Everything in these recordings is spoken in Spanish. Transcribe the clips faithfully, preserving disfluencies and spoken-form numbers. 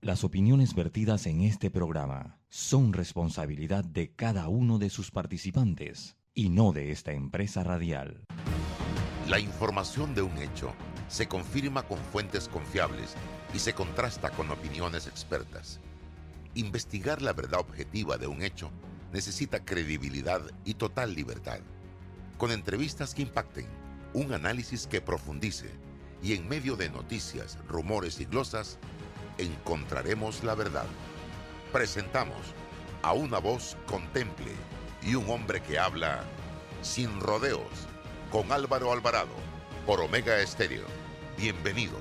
Las opiniones vertidas en este programa son responsabilidad de cada uno de sus participantes y no de esta empresa radial. La información de un hecho se confirma con fuentes confiables y se contrasta con opiniones expertas. Investigar la verdad objetiva de un hecho necesita credibilidad y total libertad. Con entrevistas que impacten, un análisis que profundice y en medio de noticias, rumores y glosas, encontraremos la verdad. Presentamos a una voz contemple y un hombre que habla sin rodeos, con Álvaro Alvarado, por Omega Estéreo. Bienvenidos.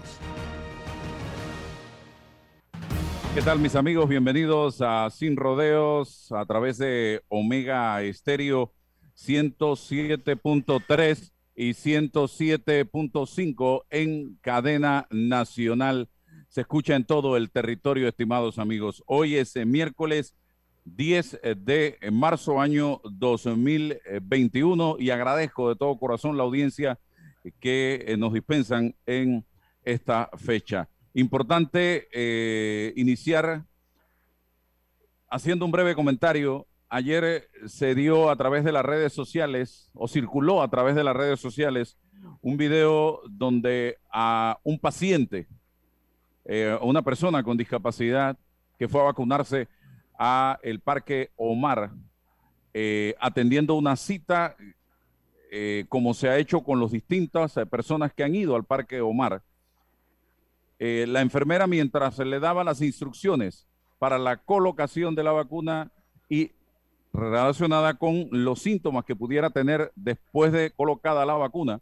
¿Qué tal, mis amigos? Bienvenidos a Sin Rodeos a través de Omega Estéreo ciento siete punto tres y ciento siete punto cinco en cadena nacional. Se escucha en todo el territorio, estimados amigos. Hoy es eh, miércoles diez de marzo, año dos mil veintiuno, y agradezco de todo corazón la audiencia que eh, nos dispensan en esta fecha. Importante eh, iniciar haciendo un breve comentario. Ayer eh, se dio a través de las redes sociales, o circuló a través de las redes sociales, un video donde a un paciente, eh, una persona con discapacidad que fue a vacunarse a el Parque Omar, eh, atendiendo una cita, eh, como se ha hecho con las distintas eh, personas que han ido al Parque Omar. Eh, la enfermera, mientras se le daba las instrucciones para la colocación de la vacuna y relacionada con los síntomas que pudiera tener después de colocada la vacuna,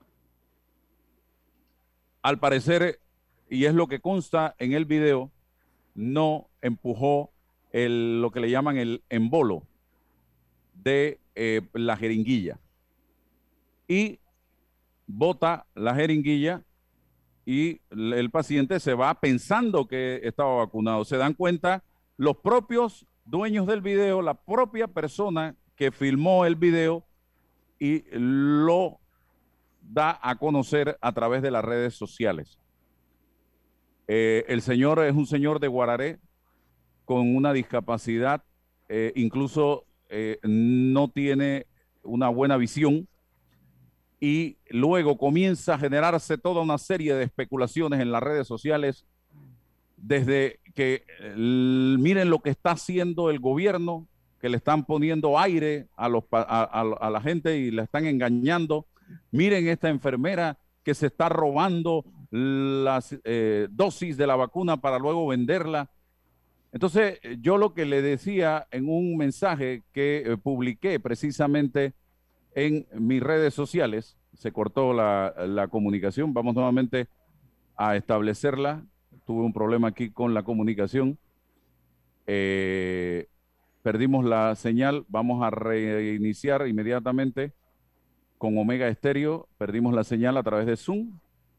al parecer, y es lo que consta en el video, no empujó el, lo que le llaman el embolo de eh, la jeringuilla, y bota la jeringuilla y el paciente se va pensando que estaba vacunado. Se dan cuenta los propios dueños del video, la propia persona que filmó el video y lo da a conocer a través de las redes sociales. Eh, el señor es un señor de Guararé con una discapacidad, eh, incluso eh, no tiene una buena visión, y luego comienza a generarse toda una serie de especulaciones en las redes sociales, desde que el, miren lo que está haciendo el gobierno, que le están poniendo aire a, los, a, a, a la gente y la están engañando. Miren esta enfermera que se está robando las eh, dosis de la vacuna para luego venderla. Entonces, yo lo que le decía en un mensaje que eh, publiqué precisamente en mis redes sociales, se cortó la, la comunicación, vamos nuevamente a establecerla. Tuve un problema aquí con la comunicación, eh, perdimos la señal, vamos a reiniciar inmediatamente con Omega Estéreo. Perdimos la señal a través de Zoom.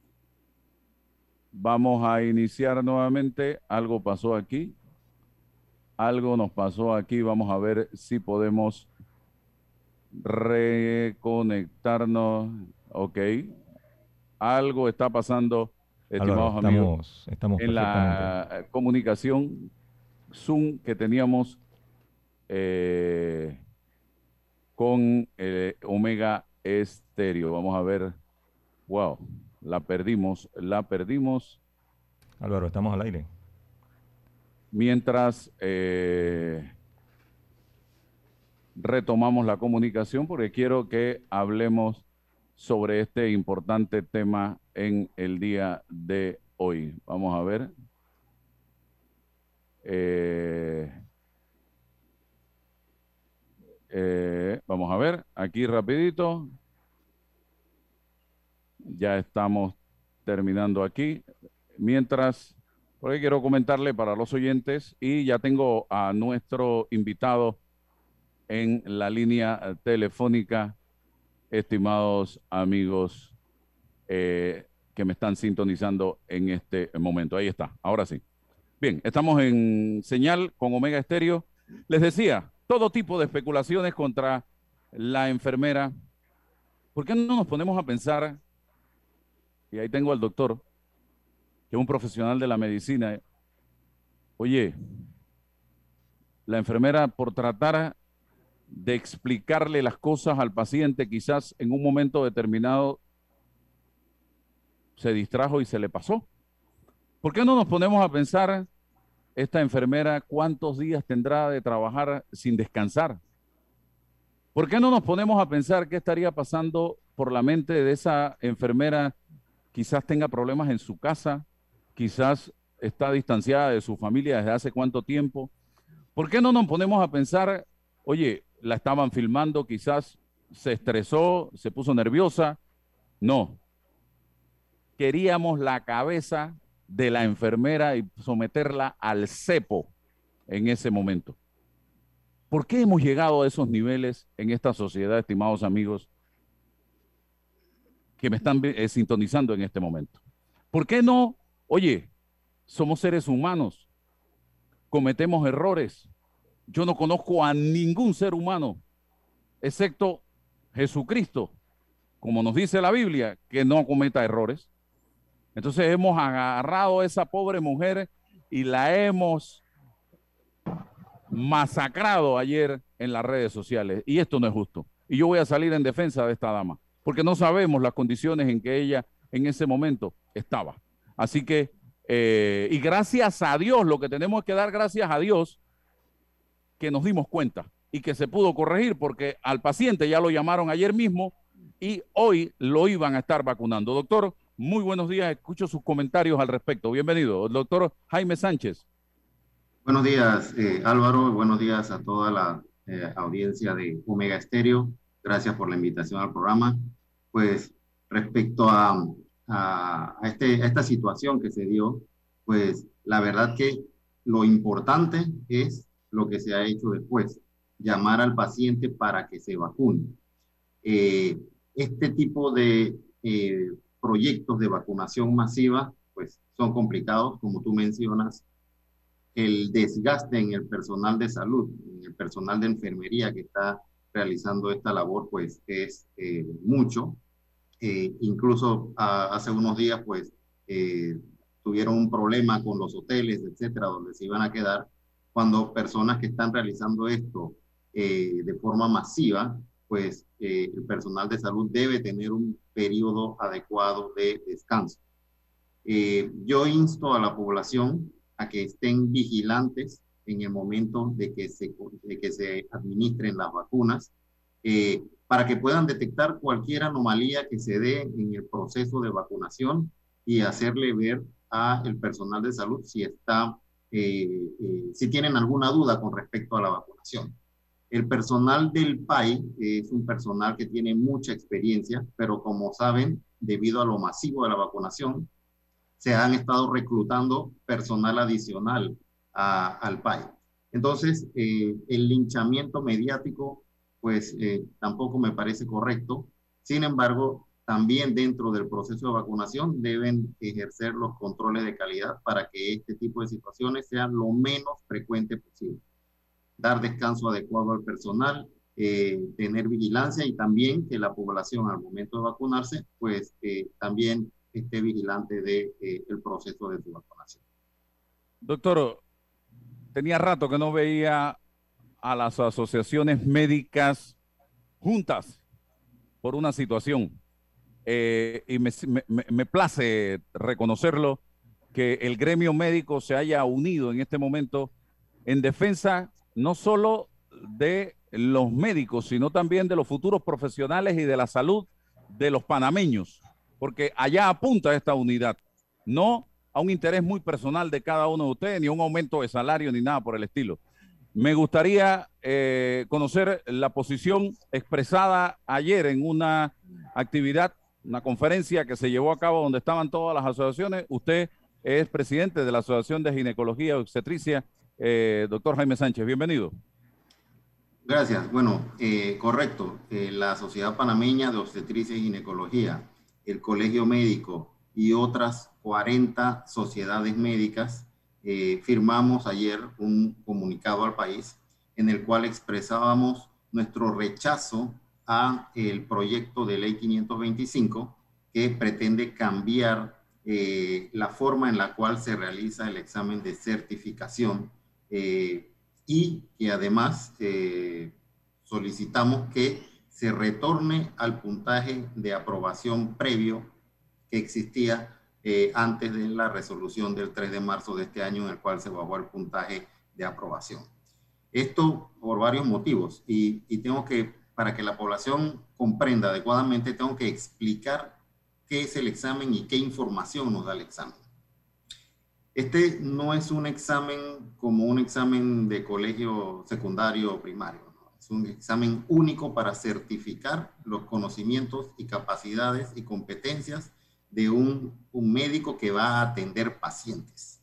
Vamos a iniciar nuevamente. Algo pasó aquí. Algo nos pasó aquí. Vamos a ver si podemos reconectarnos. Ok. Algo está pasando, estimados Álvaro, amigos, estamos, estamos en la comunicación Zoom que teníamos eh, con eh, Omega Estéreo. Vamos a ver. Wow, la perdimos, la perdimos. Álvaro, estamos al aire. Mientras eh, retomamos la comunicación, porque quiero que hablemos sobre este importante tema en el día de hoy. Vamos a ver. Eh, eh, vamos a ver, aquí rapidito. Ya estamos terminando aquí. Mientras, porque quiero comentarle para los oyentes, y ya tengo a nuestro invitado en la línea telefónica, estimados amigos eh, que me están sintonizando en este momento. Ahí está, ahora sí. Bien, estamos en señal con Omega Estéreo. Les decía, todo tipo de especulaciones contra la enfermera. ¿Por qué no nos ponemos a pensar? Y ahí tengo al doctor, que es un profesional de la medicina, Oye, la enfermera por tratar de explicarle las cosas al paciente, quizás en un momento determinado se distrajo y se le pasó. ¿Por qué no nos ponemos a pensar, esta enfermera, cuántos días tendrá de trabajar sin descansar? ¿Por qué no nos ponemos a pensar qué estaría pasando por la mente de esa enfermera? Quizás tenga problemas en su casa, quizás está distanciada de su familia desde hace cuánto tiempo. ¿Por qué no nos ponemos a pensar, oye, la estaban filmando, quizás se estresó, se puso nerviosa? No. Queríamos la cabeza de la enfermera y someterla al cepo en ese momento. ¿Por qué hemos llegado a esos niveles en esta sociedad, estimados amigos, que me están eh, sintonizando en este momento? ¿Por qué no? Oye, somos seres humanos, cometemos errores. Yo no conozco a ningún ser humano, excepto Jesucristo, como nos dice la Biblia, que no cometa errores. Entonces hemos agarrado a esa pobre mujer y la hemos masacrado ayer en las redes sociales. Y esto no es justo. Y yo voy a salir en defensa de esta dama, porque no sabemos las condiciones en que ella en ese momento estaba. Así que, eh, y gracias a Dios, lo que tenemos que dar gracias a Dios, que nos dimos cuenta y que se pudo corregir, porque al paciente ya lo llamaron ayer mismo y hoy lo iban a estar vacunando. Doctor, muy buenos días, escucho sus comentarios al respecto. Bienvenido, el doctor Jaime Sánchez. Buenos días, eh, Álvaro. Buenos días a toda la eh, audiencia de Omega Estéreo. Gracias por la invitación al programa. Pues respecto a, a, a, este, a esta situación que se dio, pues la verdad que lo importante es lo que se ha hecho después, llamar al paciente para que se vacune. Eh, este tipo de eh, proyectos de vacunación masiva, pues son complicados, como tú mencionas. El desgaste en el personal de salud, en el personal de enfermería que está realizando esta labor, pues es eh, mucho. Eh, incluso a, hace unos días, pues eh, tuvieron un problema con los hoteles, etcétera, donde se iban a quedar, cuando personas que están realizando esto eh, de forma masiva, pues eh, el personal de salud debe tener un periodo adecuado de descanso. Eh, yo insto a la población a que estén vigilantes en el momento de que se, de que se administren las vacunas, eh, para que puedan detectar cualquier anomalía que se dé en el proceso de vacunación y hacerle ver al personal de salud si, está, eh, eh, si tienen alguna duda con respecto a la vacunación. El personal del P A I es un personal que tiene mucha experiencia, pero como saben, debido a lo masivo de la vacunación, se han estado reclutando personal adicional a, al P A I. Entonces, eh, el linchamiento mediático, pues eh, tampoco me parece correcto. Sin embargo, también dentro del proceso de vacunación deben ejercer los controles de calidad para que este tipo de situaciones sean lo menos frecuente posible. Dar descanso adecuado al personal, eh, tener vigilancia y también que la población al momento de vacunarse, pues eh, también esté vigilante del de, eh, proceso de su vacunación. Doctor, tenía rato que no veía a las asociaciones médicas juntas por una situación. Eh, y me, me, me place reconocerlo, que el gremio médico se haya unido en este momento en defensa no solo de los médicos, sino también de los futuros profesionales y de la salud de los panameños, porque allá apunta esta unidad, no a un interés muy personal de cada uno de ustedes, ni un aumento de salario, ni nada por el estilo. Me gustaría eh, conocer la posición expresada ayer en una actividad, una conferencia que se llevó a cabo donde estaban todas las asociaciones. Usted es presidente de la Asociación de Ginecología y Obstetricia, eh, doctor Jaime Sánchez. Bienvenido. Gracias. Bueno, eh, correcto. Eh, la Sociedad Panameña de Obstetricia y Ginecología, el Colegio Médico y otras cuarenta sociedades médicas, eh, firmamos ayer un comunicado al país en el cual expresábamos nuestro rechazo a el proyecto de ley quinientos veinticinco que pretende cambiar eh, la forma en la cual se realiza el examen de certificación eh, y que además eh, solicitamos que se retorne al puntaje de aprobación previo que existía eh, antes de la resolución del tres de marzo de este año, en el cual se bajó el puntaje de aprobación. Esto por varios motivos, y, y tengo que, para que la población comprenda adecuadamente, tengo que explicar qué es el examen y qué información nos da el examen. Este no es un examen como un examen de colegio secundario o primario, ¿no? Es un examen único para certificar los conocimientos y capacidades y competencias de un, un médico que va a atender pacientes,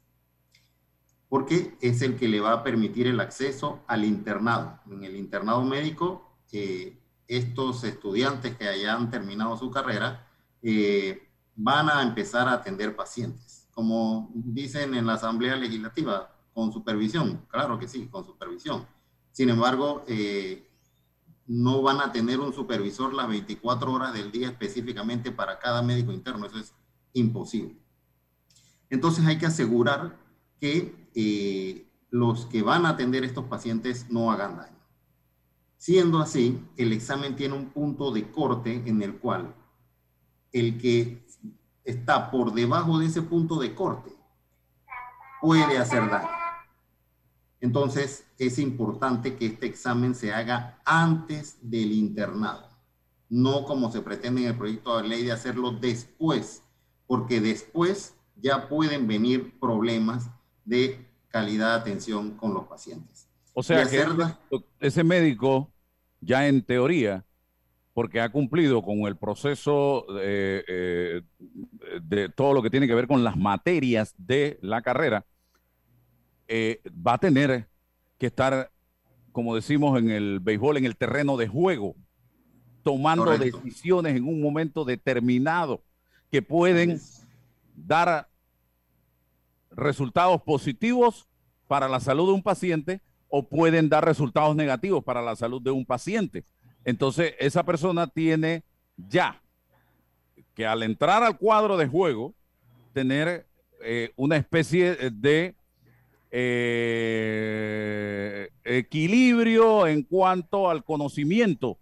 porque es el que le va a permitir el acceso al internado. En el internado médico, eh, estos estudiantes que hayan terminado su carrera eh, van a empezar a atender pacientes. Como dicen en la Asamblea Legislativa, con supervisión. Claro que sí, con supervisión. Sin embargo, eh, no van a tener un supervisor las veinticuatro horas del día específicamente para cada médico interno. Eso es imposible. Entonces hay que asegurar que eh, los que van a atender estos pacientes no hagan daño. Siendo así, el examen tiene un punto de corte en el cual el que está por debajo de ese punto de corte puede hacer daño. Entonces, es importante que este examen se haga antes del internado, no como se pretende en el proyecto de ley de hacerlo después, porque después ya pueden venir problemas de calidad de atención con los pacientes. O sea que ese médico ya en teoría, porque ha cumplido con el proceso eh, eh, de todo lo que tiene que ver con las materias de la carrera, eh, va a tener que estar, como decimos en el béisbol, en el terreno de juego, tomando Correcto. decisiones en un momento determinado que pueden dar resultados positivos para la salud de un paciente o pueden dar resultados negativos para la salud de un paciente. Entonces, esa persona tiene ya que al entrar al cuadro de juego, tener eh, una especie de eh, equilibrio en cuanto al conocimiento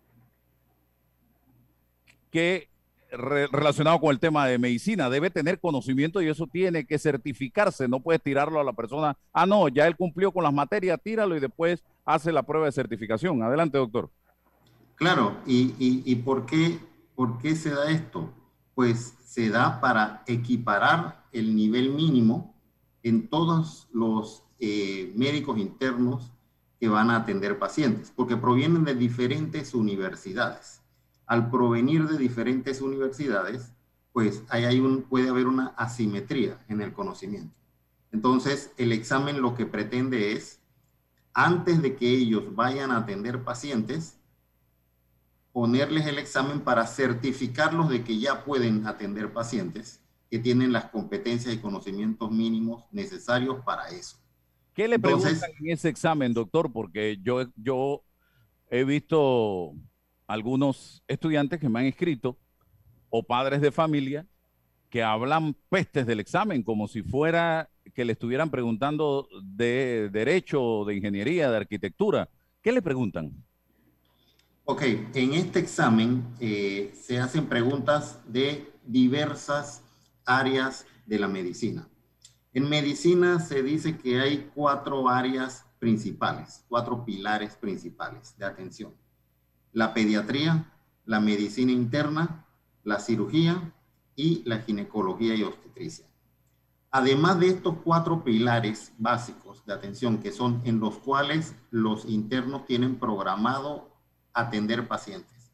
que re, relacionado con el tema de medicina. Debe tener conocimiento y eso tiene que certificarse. No puedes tirarlo a la persona. Ah, no, ya él cumplió con las materias, tíralo y después hace la prueba de certificación. Adelante, doctor. Claro, ¿y, y, y por qué, por qué se da esto? Pues se da para equiparar el nivel mínimo en todos los eh, médicos internos que van a atender pacientes, porque provienen de diferentes universidades. Al provenir de diferentes universidades, pues ahí hay un, puede haber una asimetría en el conocimiento. Entonces, el examen lo que pretende es, antes de que ellos vayan a atender pacientes, ponerles el examen para certificarlos de que ya pueden atender pacientes, que tienen las competencias y conocimientos mínimos necesarios para eso. ¿Qué le Entonces, preguntan en ese examen, doctor? Porque yo, yo he visto algunos estudiantes que me han escrito o padres de familia que hablan pestes del examen como si fuera que le estuvieran preguntando de derecho, de ingeniería, de arquitectura. ¿Qué le preguntan? Ok, en este examen eh, se hacen preguntas de diversas áreas de la medicina. En medicina se dice que hay cuatro áreas principales, cuatro pilares principales de atención. La pediatría, la medicina interna, la cirugía y la ginecología y obstetricia. Además de estos cuatro pilares básicos de atención, que son en los cuales los internos tienen programado atender pacientes.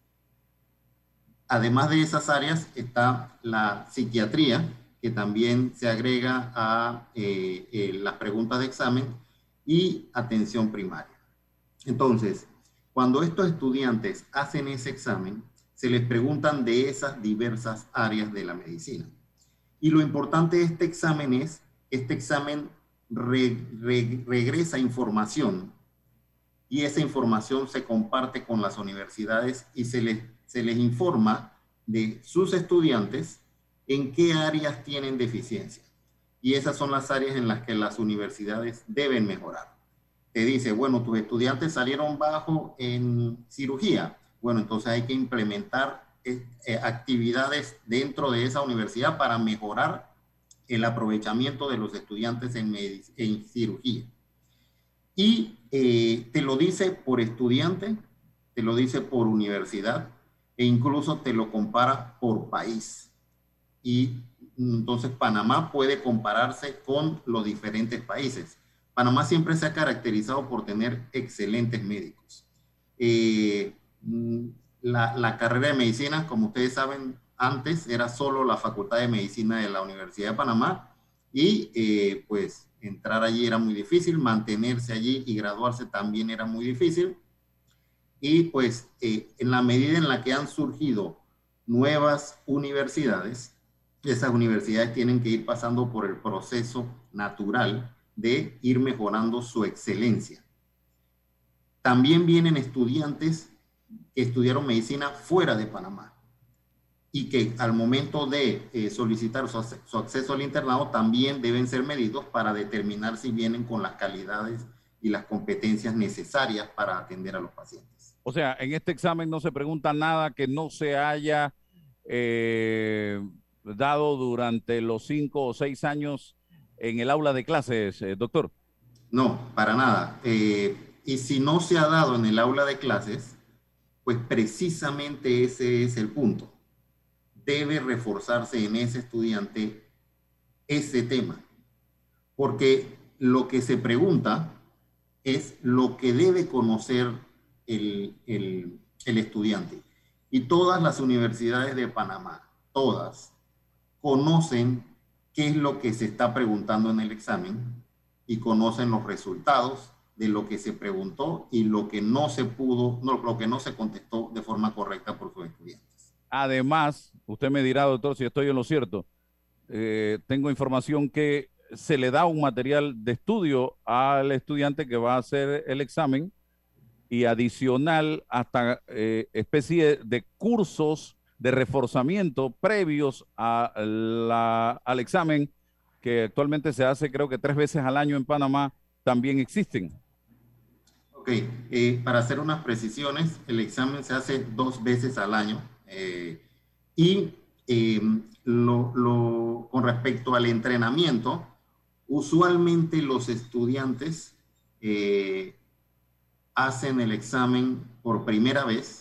Además de esas áreas está la psiquiatría, que también se agrega a eh, eh, las preguntas de examen, y atención primaria. Entonces, cuando estos estudiantes hacen ese examen, se les preguntan de esas diversas áreas de la medicina. Y lo importante de este examen es, este examen re, re, regresa información y esa información se comparte con las universidades y se les, se les informa de sus estudiantes en qué áreas tienen deficiencia. Y esas son las áreas en las que las universidades deben mejorar. Te dice, bueno, tus estudiantes salieron bajo en cirugía. Bueno, entonces hay que implementar eh, eh, actividades dentro de esa universidad para mejorar el aprovechamiento de los estudiantes en, en cirugía. Y eh, te lo dice por estudiante, te lo dice por universidad e incluso te lo compara por país. Y entonces Panamá puede compararse con los diferentes países. Panamá siempre se ha caracterizado por tener excelentes médicos. Eh, la, la carrera de medicina, como ustedes saben, antes era solo la Facultad de Medicina de la Universidad de Panamá y eh, pues entrar allí era muy difícil, mantenerse allí y graduarse también era muy difícil. Y pues eh, en la medida en la que han surgido nuevas universidades, esas universidades tienen que ir pasando por el proceso natural de ir mejorando su excelencia. También vienen estudiantes que estudiaron medicina fuera de Panamá y que al momento de eh, solicitar su, su acceso al internado también deben ser medidos para determinar si vienen con las calidades y las competencias necesarias para atender a los pacientes. O sea, en este examen no se pregunta nada que no se haya eh, dado durante los cinco o seis años en el aula de clases, eh, doctor. No, para nada. Eh, y si no se ha dado en el aula de clases, pues precisamente ese es el punto. Debe reforzarse en ese estudiante ese tema, porque lo que se pregunta es lo que debe conocer el, el, el estudiante. Y todas las universidades de Panamá, todas, conocen qué es lo que se está preguntando en el examen y conocen los resultados de lo que se preguntó y lo que no se pudo, no, lo que no se contestó de forma correcta por sus estudiantes. Además, usted me dirá, doctor, si estoy en lo cierto, eh, tengo información que se le da un material de estudio al estudiante que va a hacer el examen y adicional hasta eh, especie de cursos de reforzamiento previos a la, al examen que actualmente se hace creo que tres veces al año en Panamá, también existen. Ok, eh, para hacer unas precisiones, el examen se hace dos veces al año eh, y eh, lo, lo, con respecto al entrenamiento, usualmente los estudiantes eh, hacen el examen por primera vez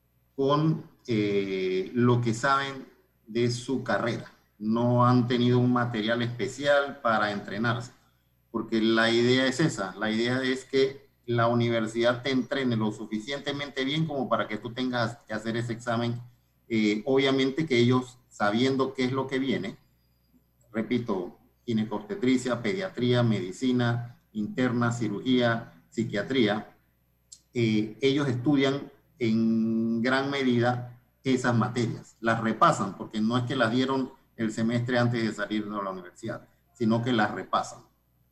con eh, lo que saben de su carrera. No han tenido un material especial para entrenarse, porque la idea es esa, la idea es que la universidad te entrene lo suficientemente bien como para que tú tengas que hacer ese examen. Eh, obviamente que ellos, sabiendo qué es lo que viene, repito, ginecobstetricia, pediatría, medicina interna, cirugía, psiquiatría, eh, ellos estudian en gran medida esas materias, las repasan, porque no es que las dieron el semestre antes de salir de la universidad, sino que las repasan.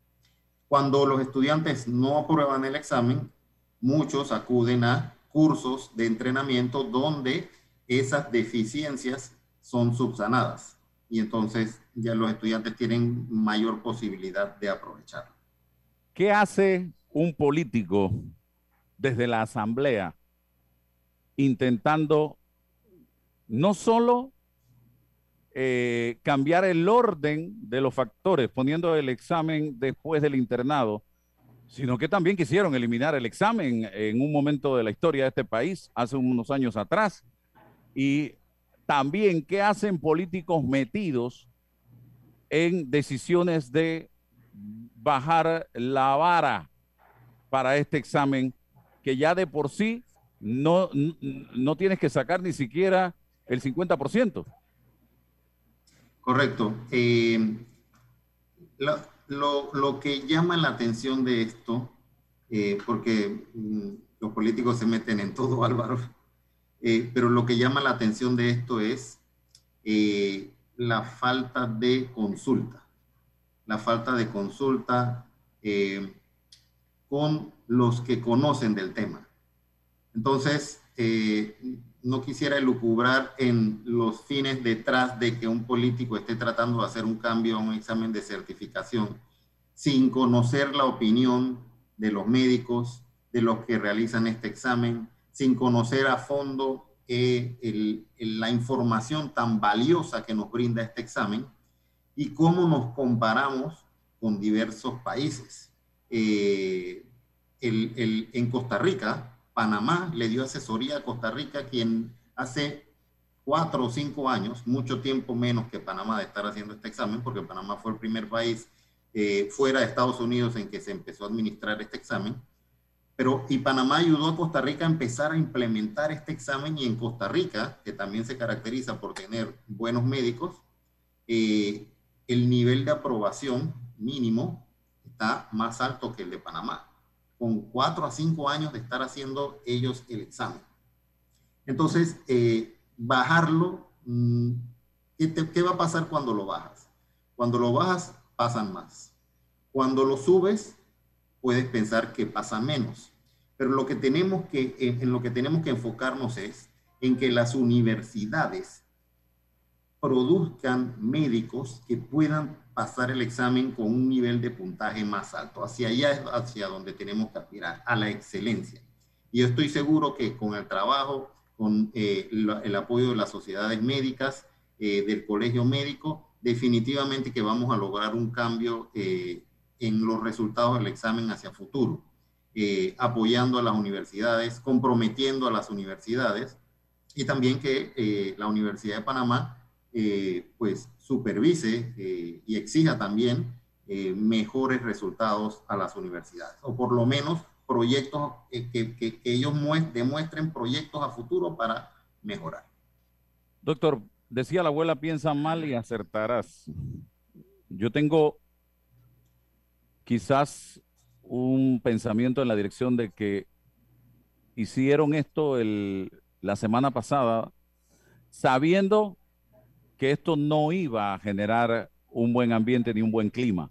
Cuando los estudiantes no aprueban el examen, muchos acuden a cursos de entrenamiento donde esas deficiencias son subsanadas y entonces ya los estudiantes tienen mayor posibilidad de aprovecharlo. ¿Qué hace un político desde la asamblea intentando no solo eh, cambiar el orden de los factores, poniendo el examen después del internado, sino que también quisieron eliminar el examen en un momento de la historia de este país, hace unos años atrás? Y también, ¿qué hacen políticos metidos en decisiones de bajar la vara para este examen, que ya de por sí no, no, no tienes que sacar ni siquiera el cincuenta por ciento? Correcto. Eh, lo, lo, lo que llama la atención de esto, eh, porque mm, los políticos se meten en todo, Álvaro, eh, pero lo que llama la atención de esto es eh, la falta de consulta, la falta de consulta eh, con los que conocen del tema. Entonces, eh, no quisiera elucubrar en los fines detrás de que un político esté tratando de hacer un cambio a un examen de certificación sin conocer la opinión de los médicos, de los que realizan este examen, sin conocer a fondo eh, el, el, la información tan valiosa que nos brinda este examen y cómo nos comparamos con diversos países. Eh, el, el, en Costa Rica, Panamá le dio asesoría a Costa Rica, quien hace cuatro o cinco años, mucho tiempo menos que Panamá de estar haciendo este examen, porque Panamá fue el primer país eh, fuera de Estados Unidos en que se empezó a administrar este examen, pero y Panamá ayudó a Costa Rica a empezar a implementar este examen, y en Costa Rica, que también se caracteriza por tener buenos médicos, eh, el nivel de aprobación mínimo está más alto que el de Panamá, con cuatro a cinco años de estar haciendo ellos el examen. Entonces, eh, bajarlo, ¿qué, te, ¿qué va a pasar cuando lo bajas? Cuando lo bajas, pasan más. Cuando lo subes, puedes pensar que pasa menos. Pero lo que tenemos que, en, en lo que tenemos que enfocarnos es en que las universidades produzcan médicos que puedan pasar el examen con un nivel de puntaje más alto. Hacia allá es hacia donde tenemos que aspirar, a la excelencia. Y yo estoy seguro que con el trabajo, con eh, la, el apoyo de las sociedades médicas, eh, del colegio médico, definitivamente que vamos a lograr un cambio eh, en los resultados del examen hacia futuro, eh, apoyando a las universidades, comprometiendo a las universidades, y también que eh, la Universidad de Panamá Eh, pues supervise eh, y exija también eh, mejores resultados a las universidades, o por lo menos proyectos eh, que, que, que ellos demuestren proyectos a futuro para mejorar. Doctor, decía la abuela, piensa mal y acertarás. Yo tengo quizás un pensamiento en la dirección de que hicieron esto el, la semana pasada sabiendo que esto no iba a generar un buen ambiente ni un buen clima.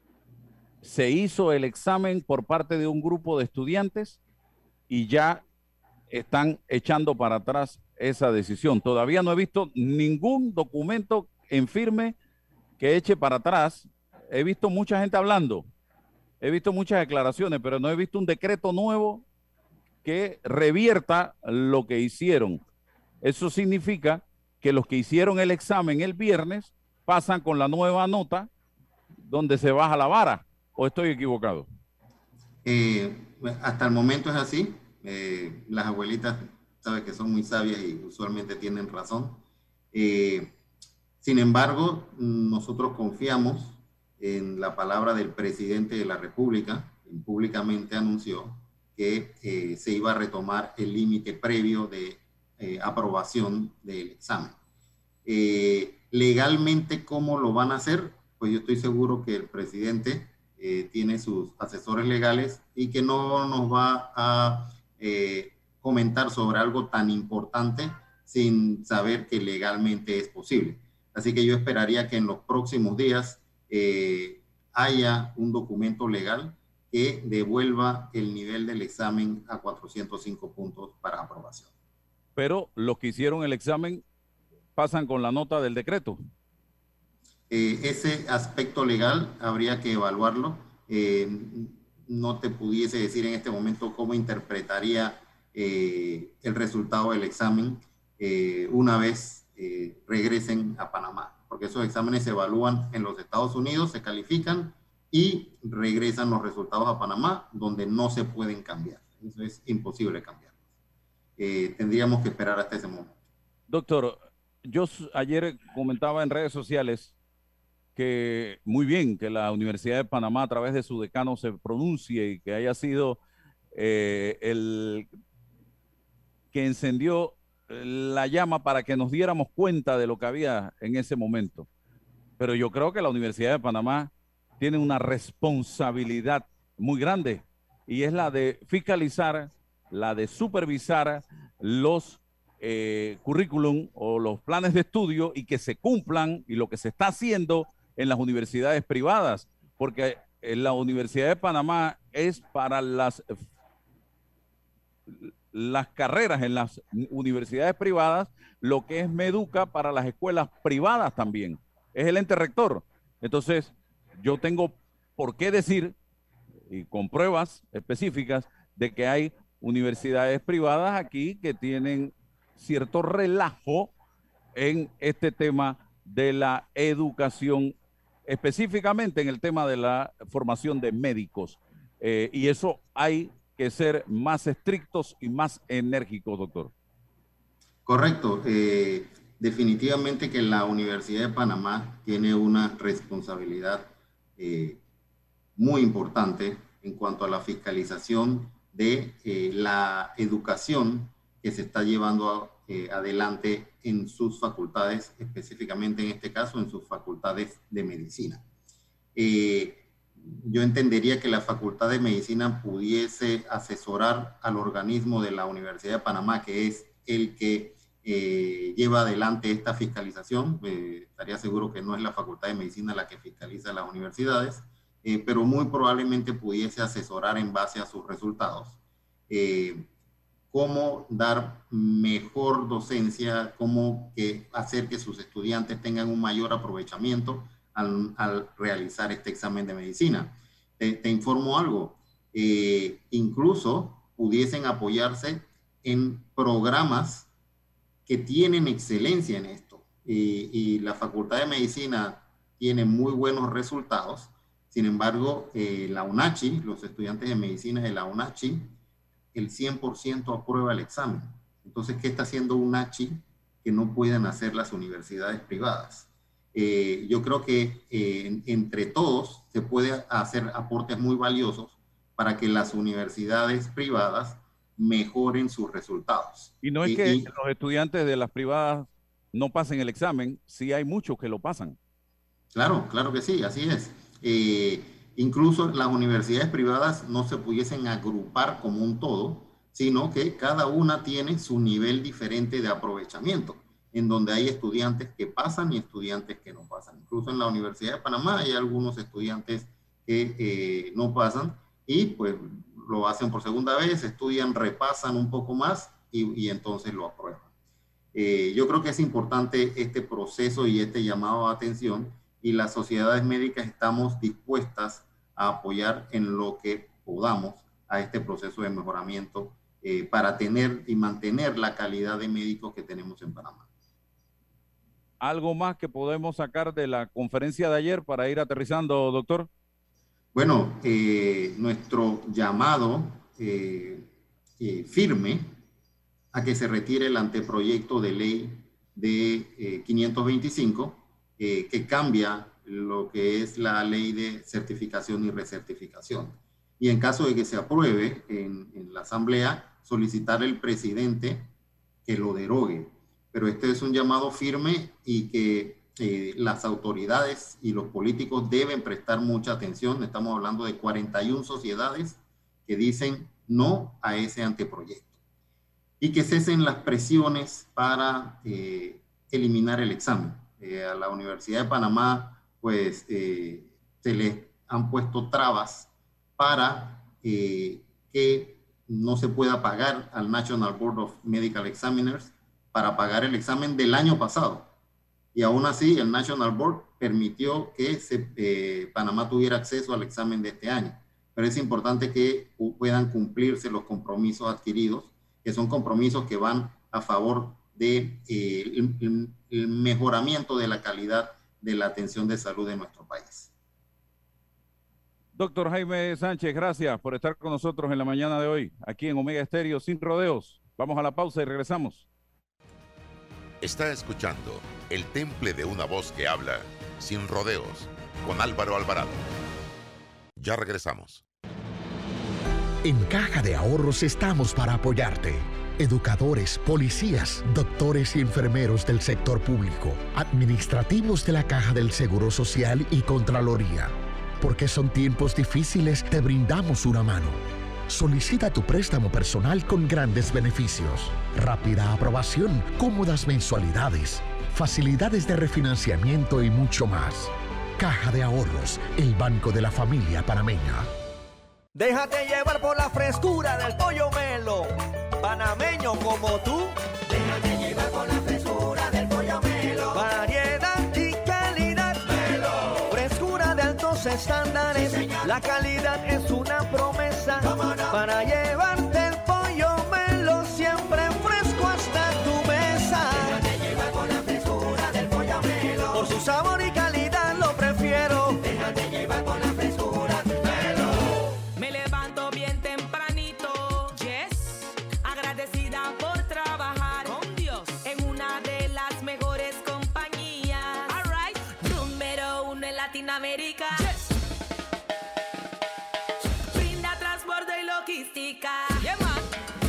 Se hizo el examen por parte de un grupo de estudiantes y ya están echando para atrás esa decisión. Todavía no he visto ningún documento en firme que eche para atrás. He visto mucha gente hablando, he visto muchas declaraciones, pero no he visto un decreto nuevo que revierta lo que hicieron. Eso significa que los que hicieron el examen el viernes pasan con la nueva nota donde se baja la vara, ¿o estoy equivocado? Eh, hasta el momento es así. Eh, las abuelitas, sabes que son muy sabias y usualmente tienen razón. Eh, sin embargo, nosotros confiamos en la palabra del presidente de la República, quien públicamente anunció que eh, se iba a retomar el límite previo de Eh, aprobación del examen. Eh, legalmente, ¿cómo lo van a hacer? Pues yo estoy seguro que el presidente eh, tiene sus asesores legales y que no nos va a eh, comentar sobre algo tan importante sin saber que legalmente es posible. Así que yo esperaría que en los próximos días eh, haya un documento legal que devuelva el nivel del examen a cuatrocientos cinco puntos para aprobación. Pero los que hicieron el examen pasan con la nota del decreto. Eh, ese aspecto legal habría que evaluarlo. Eh, no te pudiese decir en este momento cómo interpretaría eh, el resultado del examen eh, una vez eh, regresen a Panamá, porque esos exámenes se evalúan en los Estados Unidos, se califican y regresan los resultados a Panamá, donde no se pueden cambiar. Eso es imposible cambiar. Eh, tendríamos que esperar hasta ese momento. Doctor, yo ayer comentaba en redes sociales que muy bien que la Universidad de Panamá a través de su decano se pronuncie y que haya sido eh, el que encendió la llama para que nos diéramos cuenta de lo que había en ese momento. Pero yo creo que la Universidad de Panamá tiene una responsabilidad muy grande y es la de fiscalizar, la de supervisar los eh, currículum o los planes de estudio y que se cumplan y lo que se está haciendo en las universidades privadas, porque la Universidad de Panamá es para las, las carreras en las universidades privadas, lo que es Meduca para las escuelas privadas también. Es el ente rector. Entonces, yo tengo por qué decir, y con pruebas específicas, de que hay universidades privadas aquí que tienen cierto relajo en este tema de la educación, específicamente en el tema de la formación de médicos. Eh, y eso hay que ser más estrictos y más enérgicos, doctor. Correcto. Eh, definitivamente que la Universidad de Panamá tiene una responsabilidad eh, muy importante en cuanto a la fiscalización de eh, la educación que se está llevando a, eh, adelante en sus facultades, específicamente en este caso en sus facultades de medicina. Eh, yo entendería que la Facultad de Medicina pudiese asesorar al organismo de la Universidad de Panamá, que es el que eh, lleva adelante esta fiscalización. Eh, estaría seguro que no es la Facultad de Medicina la que fiscaliza las universidades, eh, pero muy probablemente pudiese asesorar en base a sus resultados. Eh, cómo dar mejor docencia, cómo que hacer que sus estudiantes tengan un mayor aprovechamiento al, al realizar este examen de medicina. Te, te informo algo, eh, incluso pudiesen apoyarse en programas que tienen excelencia en esto. Y, y la Facultad de Medicina tiene muy buenos resultados. Sin embargo, eh, la UNACHI, los estudiantes de medicina de la UNACHI, el cien por ciento aprueba el examen. Entonces, ¿qué está haciendo UNACHI que no puedan hacer las universidades privadas? Eh, yo creo que eh, entre todos se puede hacer aportes muy valiosos para que las universidades privadas mejoren sus resultados. Y no es y, que y, los estudiantes de las privadas no pasen el examen, sí hay muchos que lo pasan. Claro, claro que sí, así es. Eh, incluso las universidades privadas no se pudiesen agrupar como un todo, sino que cada una tiene su nivel diferente de aprovechamiento, en donde hay estudiantes que pasan y estudiantes que no pasan. Incluso en la Universidad de Panamá hay algunos estudiantes que eh, no pasan y pues lo hacen por segunda vez, estudian, repasan un poco más y, y entonces lo aprueban. Eh, yo creo que es importante este proceso y este llamado a atención, y las sociedades médicas estamos dispuestas a apoyar en lo que podamos a este proceso de mejoramiento eh, para tener y mantener la calidad de médicos que tenemos en Panamá. ¿Algo más que podemos sacar de la conferencia de ayer para ir aterrizando, doctor? Bueno, eh, nuestro llamado eh, eh, firme a que se retire el anteproyecto de ley de eh, quinientos veinticinco, eh, que cambia lo que es la ley de certificación y recertificación. Y en caso de que se apruebe en, en la Asamblea, solicitar al presidente que lo derogue. Pero este es un llamado firme y que eh, las autoridades y los políticos deben prestar mucha atención. Estamos hablando de cuarenta y una sociedades que dicen no a ese anteproyecto. Y que cesen las presiones para eh, eliminar el examen. Eh, a la Universidad de Panamá, pues, eh, se les han puesto trabas para eh, que no se pueda pagar al National Board of Medical Examiners para pagar el examen del año pasado. Y aún así, el National Board permitió que se, eh, Panamá tuviera acceso al examen de este año. Pero es importante que puedan cumplirse los compromisos adquiridos, que son compromisos que van a favor de eh, el, el, el mejoramiento de la calidad de la atención de salud de nuestro país. Doctor Jaime Sánchez, gracias por estar con nosotros en la mañana de hoy, aquí en Omega Estéreo, sin rodeos. Vamos a la pausa y regresamos. Está escuchando El Temple de una Voz que Habla, sin rodeos, con Álvaro Alvarado. Ya regresamos. En Caja de Ahorros estamos para apoyarte. Educadores, policías, doctores y enfermeros del sector público, administrativos de la Caja del Seguro Social y Contraloría. Porque son tiempos difíciles, te brindamos una mano. Solicita tu préstamo personal con grandes beneficios, rápida aprobación, cómodas mensualidades, facilidades de refinanciamiento y mucho más. Caja de Ahorros, el banco de la familia panameña. Déjate llevar por la frescura del pollo Melo. panameño como tú. Déjate llevar con la frescura del pollo Melo. Variedad y calidad. Melo. Frescura de altos estándares. Sí, la calidad es una promesa. ¿Cómo no? Para llevarte el pollo Melo siempre fresco hasta tu mesa. Déjate llevar con la frescura del pollo Melo. Por su sabor y calidad lo prefiero. Déjate llevar con la frescura del Melo. Me levanto bien tempranito, yes, agradecida por trabajar con Dios en una de las mejores compañías. Alright, número uno en Latinoamérica. Yes. Brinda transporte y logística. Yeah, man.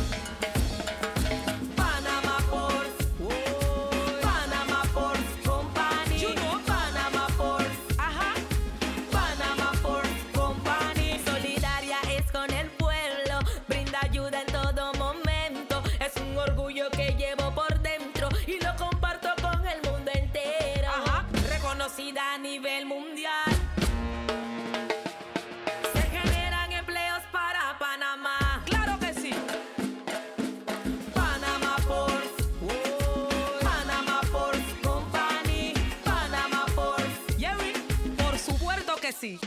Panama Ports. Whoa. Panama Ports Company. You know. Panama Ports. Ajá. Panama Ports Company. Solidaria es con el pueblo. Brinda ayuda en todo momento. Es un orgullo que llevo por dentro y lo comparto con el mundo entero. Ajá. Reconocida a nivel mundial. Se generan empleos para Panamá. Claro que sí. Panama Ports. Whoa. Panama Ports Company. Panama Ports. Jerry, por supuesto que sí.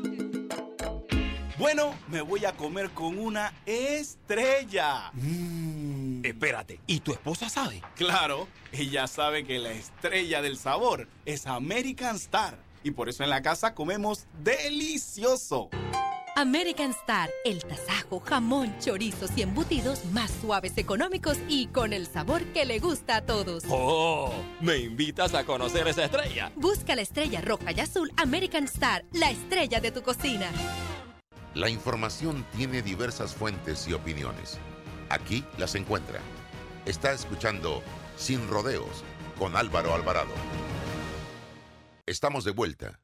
Bueno, me voy a comer con una estrella. Mm. Espérate, ¿y tu esposa sabe? Claro, ella sabe que la estrella del sabor es American Star. Y por eso en la casa comemos delicioso. American Star, el tasajo, jamón, chorizos y embutidos más suaves, económicos y con el sabor que le gusta a todos. ¡Oh! ¿Me invitas a conocer esa estrella? Busca la estrella roja y azul American Star, la estrella de tu cocina. La información tiene diversas fuentes y opiniones. Aquí las encuentra. Está escuchando Sin Rodeos con Álvaro Alvarado. Estamos de vuelta.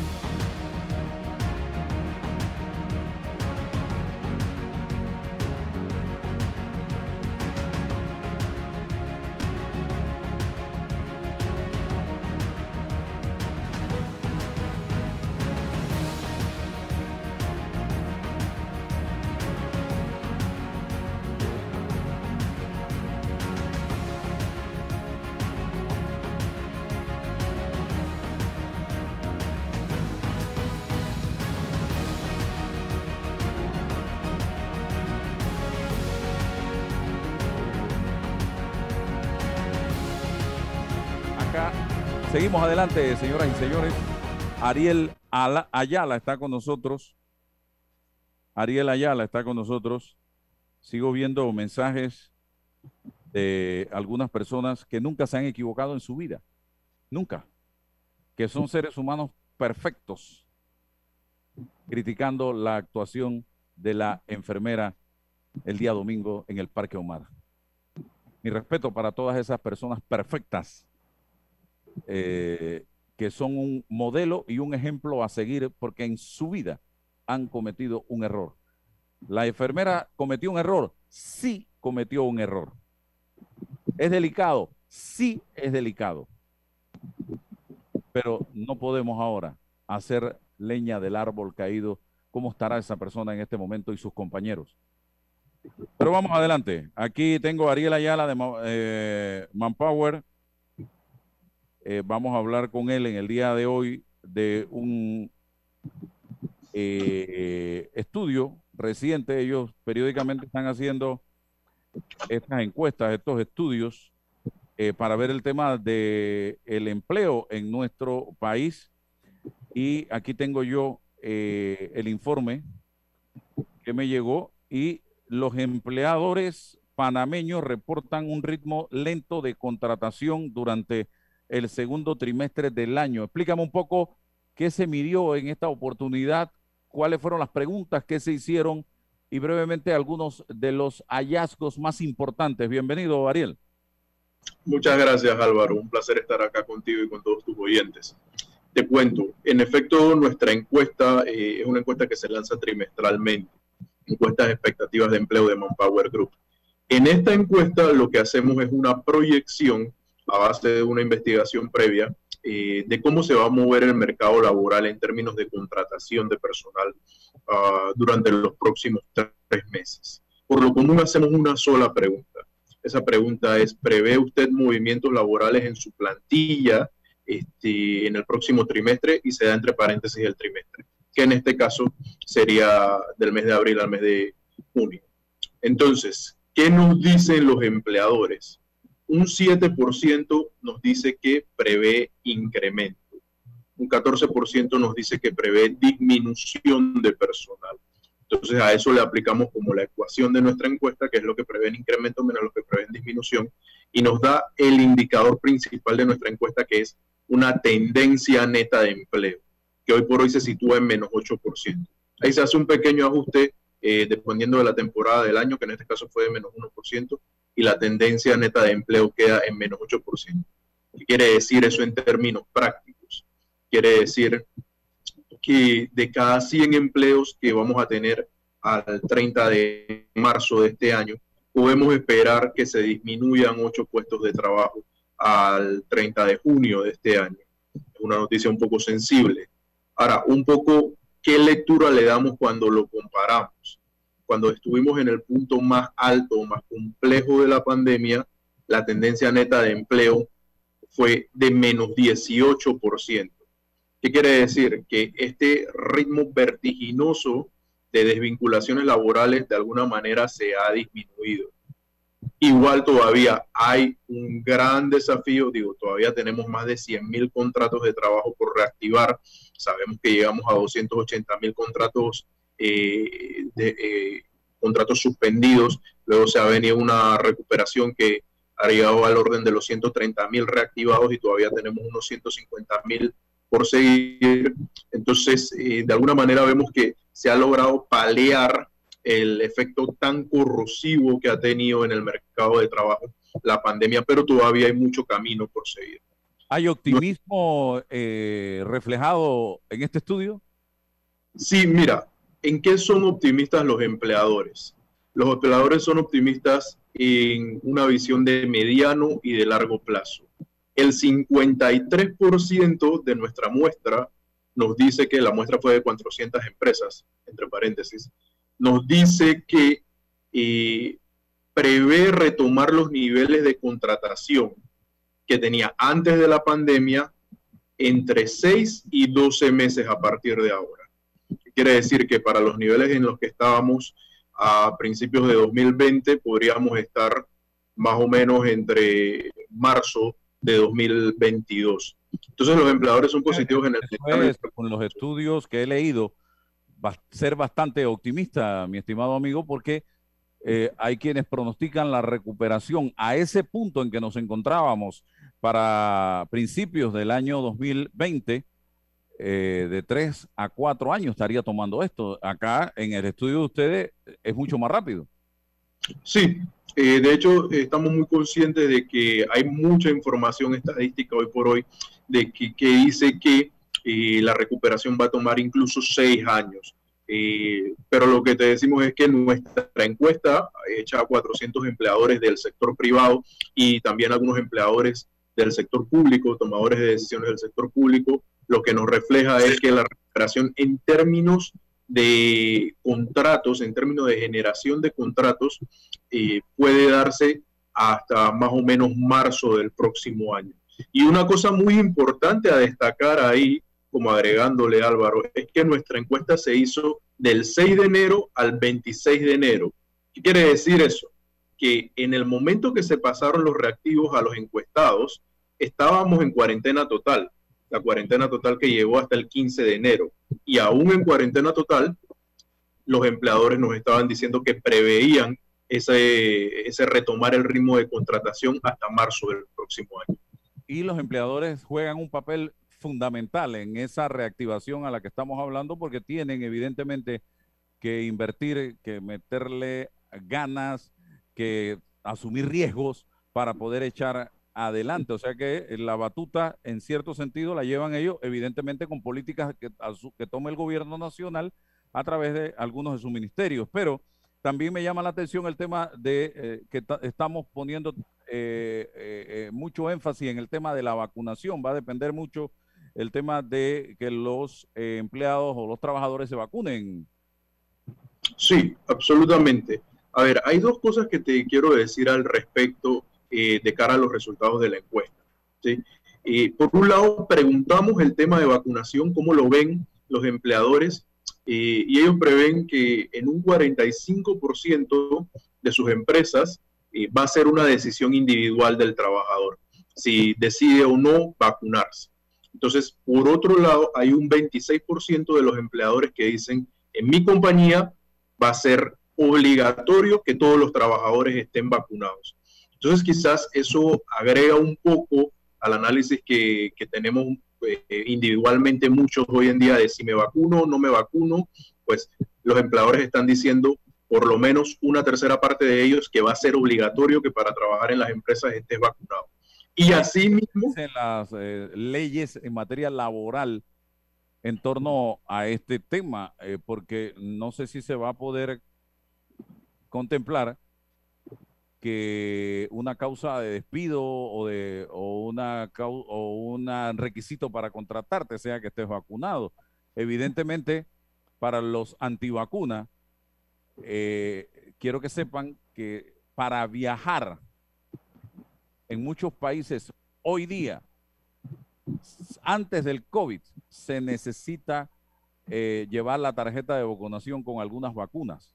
Seguimos adelante, señoras y señores. Ariel Ayala está con nosotros. Ariel Ayala está con nosotros. Sigo viendo mensajes de algunas personas que nunca se han equivocado en su vida. Nunca. Que son seres humanos perfectos. Criticando la actuación de la enfermera el día domingo en el Parque Omar. Mi respeto para todas esas personas perfectas. Eh, que son un modelo y un ejemplo a seguir porque en su vida han cometido un error. ¿La enfermera cometió un error? Sí cometió un error. ¿Es delicado? Sí es delicado. Pero no podemos ahora hacer leña del árbol caído. ¿Cómo estará esa persona en este momento y sus compañeros? Pero vamos adelante. Aquí tengo a Ariel Ayala de eh, Manpower. Eh, vamos a hablar con él en el día de hoy de un eh, estudio reciente. Ellos periódicamente están haciendo estas encuestas, estos estudios eh, para ver el tema de el empleo en nuestro país. Y aquí tengo yo eh, el informe que me llegó y los empleadores panameños reportan un ritmo lento de contratación durante el segundo trimestre del año. Explícame un poco qué se midió en esta oportunidad, cuáles fueron las preguntas que se hicieron y brevemente algunos de los hallazgos más importantes. Bienvenido, Ariel. Muchas gracias, Álvaro. Un placer estar acá contigo y con todos tus oyentes. Te cuento, en efecto, nuestra encuesta eh, es una encuesta que se lanza trimestralmente, encuestas de expectativas de empleo de Manpower Group. En esta encuesta lo que hacemos es una proyección a base de una investigación previa eh, de cómo se va a mover el mercado laboral en términos de contratación de personal uh, durante los próximos tres meses. por lo común hacemos una sola pregunta. Esa pregunta es, ¿prevé usted movimientos laborales en su plantilla este, en el próximo trimestre? Y se da entre paréntesis el trimestre, que en este caso sería del mes de abril al mes de junio. Entonces, ¿qué nos dicen los empleadores? Un siete por ciento nos dice que prevé incremento. Un catorce por ciento nos dice que prevé disminución de personal. Entonces, a eso le aplicamos como la ecuación de nuestra encuesta, que es lo que prevé en incremento menos lo que prevé en disminución, y nos da el indicador principal de nuestra encuesta, que es una tendencia neta de empleo, que hoy por hoy se sitúa en menos ocho por ciento. Ahí se hace un pequeño ajuste eh, dependiendo de la temporada del año, que en este caso fue de menos uno por ciento, y la tendencia neta de empleo queda en menos ocho por ciento. ¿Qué quiere decir eso en términos prácticos? Quiere decir que de cada cien empleos que vamos a tener al treinta de marzo de este año, podemos esperar que se disminuyan ocho puestos de trabajo al treinta de junio de este año. Es una noticia un poco sensible. Ahora, un poco, ¿qué lectura le damos cuando lo comparamos? Cuando estuvimos en el punto más alto, más complejo de la pandemia, la tendencia neta de empleo fue de menos dieciocho por ciento. ¿Qué quiere decir? Que este ritmo vertiginoso de desvinculaciones laborales de alguna manera se ha disminuido. Igual todavía hay un gran desafío, digo, todavía tenemos más de cien mil contratos de trabajo por reactivar. Sabemos que llegamos a doscientos ochenta mil contratos, eh, de, eh, contratos suspendidos. Luego se ha venido una recuperación que ha llegado al orden de los ciento treinta mil reactivados y todavía tenemos unos ciento cincuenta mil por seguir. Entonces, eh, de alguna manera vemos que se ha logrado paliar el efecto tan corrosivo que ha tenido en el mercado de trabajo la pandemia, pero todavía hay mucho camino por seguir. ¿Hay optimismo eh, reflejado en este estudio? Sí, mira, ¿en qué son optimistas los empleadores? Los empleadores son optimistas en una visión de mediano y de largo plazo. El cincuenta y tres por ciento de nuestra muestra nos dice que la muestra fue de cuatrocientas empresas, entre paréntesis, nos dice que eh, prevé retomar los niveles de contratación que tenía antes de la pandemia entre seis y doce meses a partir de ahora. Quiere decir que para los niveles en los que estábamos a principios de dos mil veinte podríamos estar más o menos entre marzo de dos mil veintidós. Entonces los empleadores son positivos en el es, con los estudios que he leído, va a ser bastante optimista, mi estimado amigo, porque eh, hay quienes pronostican la recuperación a ese punto en que nos encontrábamos para principios del año dos mil veinte, eh, de tres a cuatro años estaría tomando esto. Acá en el estudio de ustedes es mucho más rápido. Sí. Eh, de hecho, estamos muy conscientes de que hay mucha información estadística hoy por hoy de que, que dice que eh, la recuperación va a tomar incluso seis años. Eh, pero lo que te decimos es que nuestra encuesta, hecha a cuatrocientos empleadores del sector privado y también algunos empleadores del sector público, tomadores de decisiones del sector público, lo que nos refleja es que la recuperación en términos de contratos, en términos de generación de contratos, eh, puede darse hasta más o menos marzo del próximo año. Y una cosa muy importante a destacar ahí, como agregándole Álvaro, es que nuestra encuesta se hizo del seis de enero al veintiséis de enero. ¿Qué quiere decir eso? Que en el momento que se pasaron los reactivos a los encuestados, estábamos en cuarentena total. La cuarentena total que llegó hasta el quince de enero. Y aún en cuarentena total, los empleadores nos estaban diciendo que preveían ese, ese retomar el ritmo de contratación hasta marzo del próximo año. Y los empleadores juegan un papel fundamental en esa reactivación a la que estamos hablando, porque tienen evidentemente que invertir, que meterle ganas, que asumir riesgos para poder echar adelante. O sea que la batuta en cierto sentido la llevan ellos, evidentemente con políticas que, que tome el gobierno nacional a través de algunos de sus ministerios. Pero también me llama la atención el tema de eh, que estamos poniendo eh, eh, mucho énfasis en el tema de la vacunación. Va a depender mucho el tema de que los eh, empleados o los trabajadores se vacunen. Sí, absolutamente. A ver, hay dos cosas que te quiero decir al respecto eh, de cara a los resultados de la encuesta, ¿sí? Eh, por un lado, preguntamos el tema de vacunación, cómo lo ven los empleadores, eh, y ellos prevén que en un cuarenta y cinco por ciento de sus empresas eh, va a ser una decisión individual del trabajador, si decide o no vacunarse. Entonces, por otro lado, hay un veintiséis por ciento de los empleadores que dicen, en mi compañía va a ser obligatorio que todos los trabajadores estén vacunados. Entonces, quizás eso agrega un poco al análisis que, que tenemos eh, individualmente muchos hoy en día de si me vacuno o no me vacuno. Pues los empleadores están diciendo, por lo menos una tercera parte de ellos, que va a ser obligatorio que para trabajar en las empresas estés vacunado. Y así mismo... En las eh, leyes en materia laboral en torno a este tema, eh, porque no sé si se va a poder contemplar que una causa de despido o de o una o un requisito para contratarte sea que estés vacunado. Evidentemente, para los antivacunas, eh, quiero que sepan que para viajar en muchos países hoy día, antes del COVID, se necesita eh, llevar la tarjeta de vacunación con algunas vacunas.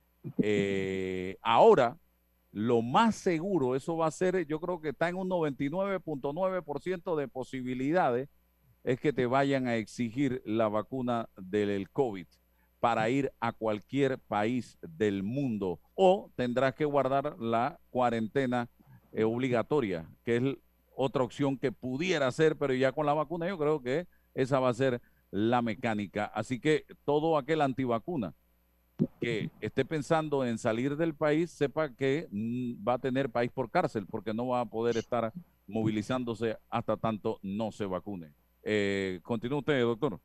Eh, ahora, lo más seguro, eso va a ser, yo creo que está en un noventa y nueve punto nueve por ciento de posibilidades, es que te vayan a exigir la vacuna del COVID para ir a cualquier país del mundo, o tendrás que guardar la cuarentena eh, obligatoria, que es otra opción que pudiera ser, pero ya con la vacuna yo creo que esa va a ser la mecánica. Así que todo aquel antivacuna que esté pensando en salir del país, sepa que mm, va a tener país por cárcel, porque no va a poder estar movilizándose hasta tanto no se vacune. Eh, continúe usted, doctor.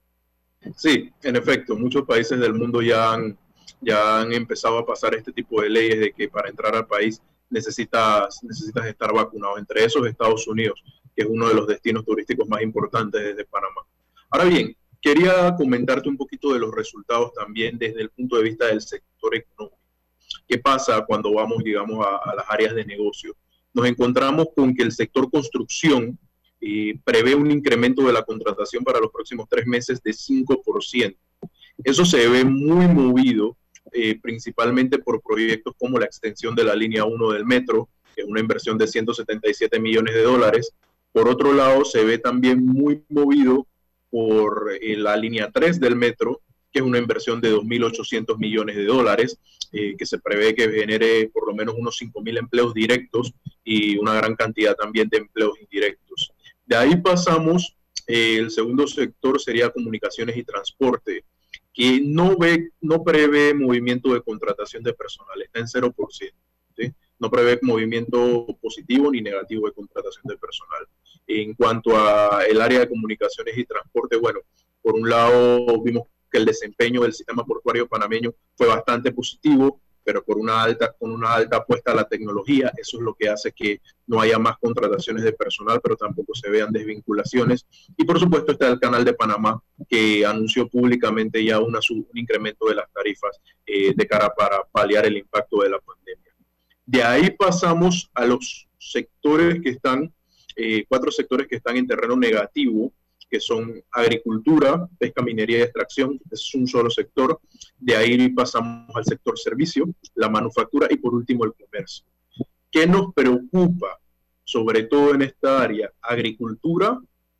Sí, en efecto, muchos países del mundo ya han, ya han empezado a pasar este tipo de leyes de que para entrar al país necesitas, necesitas estar vacunado, entre esos Estados Unidos, que es uno de los destinos turísticos más importantes desde Panamá. Ahora bien, quería comentarte un poquito de los resultados también desde el punto de vista del sector económico. ¿Qué pasa cuando vamos, digamos, a, a las áreas de negocio? Nos encontramos con que el sector construcción eh, prevé un incremento de la contratación para los próximos tres meses de cinco por ciento. Eso se ve muy movido eh, principalmente por proyectos como la extensión de la línea uno del metro, que es una inversión de ciento setenta y siete millones de dólares. Por otro lado, se ve también muy movido por eh, la línea tres del metro, que es una inversión de dos mil ochocientos millones de dólares, eh, que se prevé que genere por lo menos unos cinco mil empleos directos y una gran cantidad también de empleos indirectos. De ahí pasamos, eh, el segundo sector sería comunicaciones y transporte, que no, ve, no prevé movimiento de contratación de personal, está en cero por ciento, ¿sí? No prevé movimiento positivo ni negativo de contratación de personal. En cuanto a el área de comunicaciones y transporte, bueno, por un lado vimos que el desempeño del sistema portuario panameño fue bastante positivo, pero por una alta, con una alta apuesta a la tecnología. Eso es lo que hace que no haya más contrataciones de personal, pero tampoco se vean desvinculaciones. Y por supuesto está el Canal de Panamá, que anunció públicamente ya una, un incremento de las tarifas eh, de cara para paliar el impacto de la pandemia. De ahí pasamos a los sectores que están, eh, cuatro sectores que están en terreno negativo, que son agricultura, pesca, minería y extracción, es un solo sector. De ahí pasamos al sector servicio, la manufactura y por último el comercio. ¿Qué nos preocupa, sobre todo en esta área? Agricultura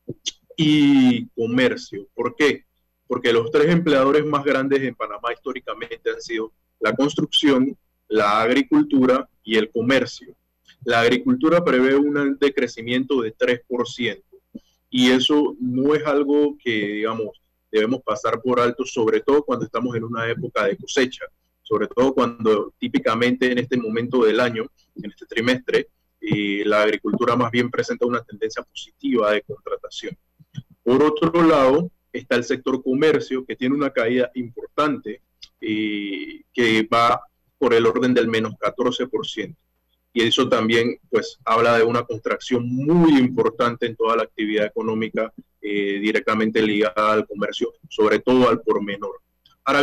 y comercio. ¿Por qué? Porque los tres empleadores más grandes en Panamá históricamente han sido la construcción, la agricultura y el comercio. La agricultura prevé un decrecimiento de tres por ciento. Y eso no es algo que, digamos, debemos pasar por alto, sobre todo cuando estamos en una época de cosecha, sobre todo cuando típicamente en este momento del año, en este trimestre, eh, la agricultura más bien presenta una tendencia positiva de contratación. Por otro lado, está el sector comercio, que tiene una caída importante, eh, que va por el orden del menos catorce por ciento. Y eso también pues habla de una contracción muy importante en toda la actividad económica eh, directamente ligada al comercio, sobre todo al por menor. Ahora bien,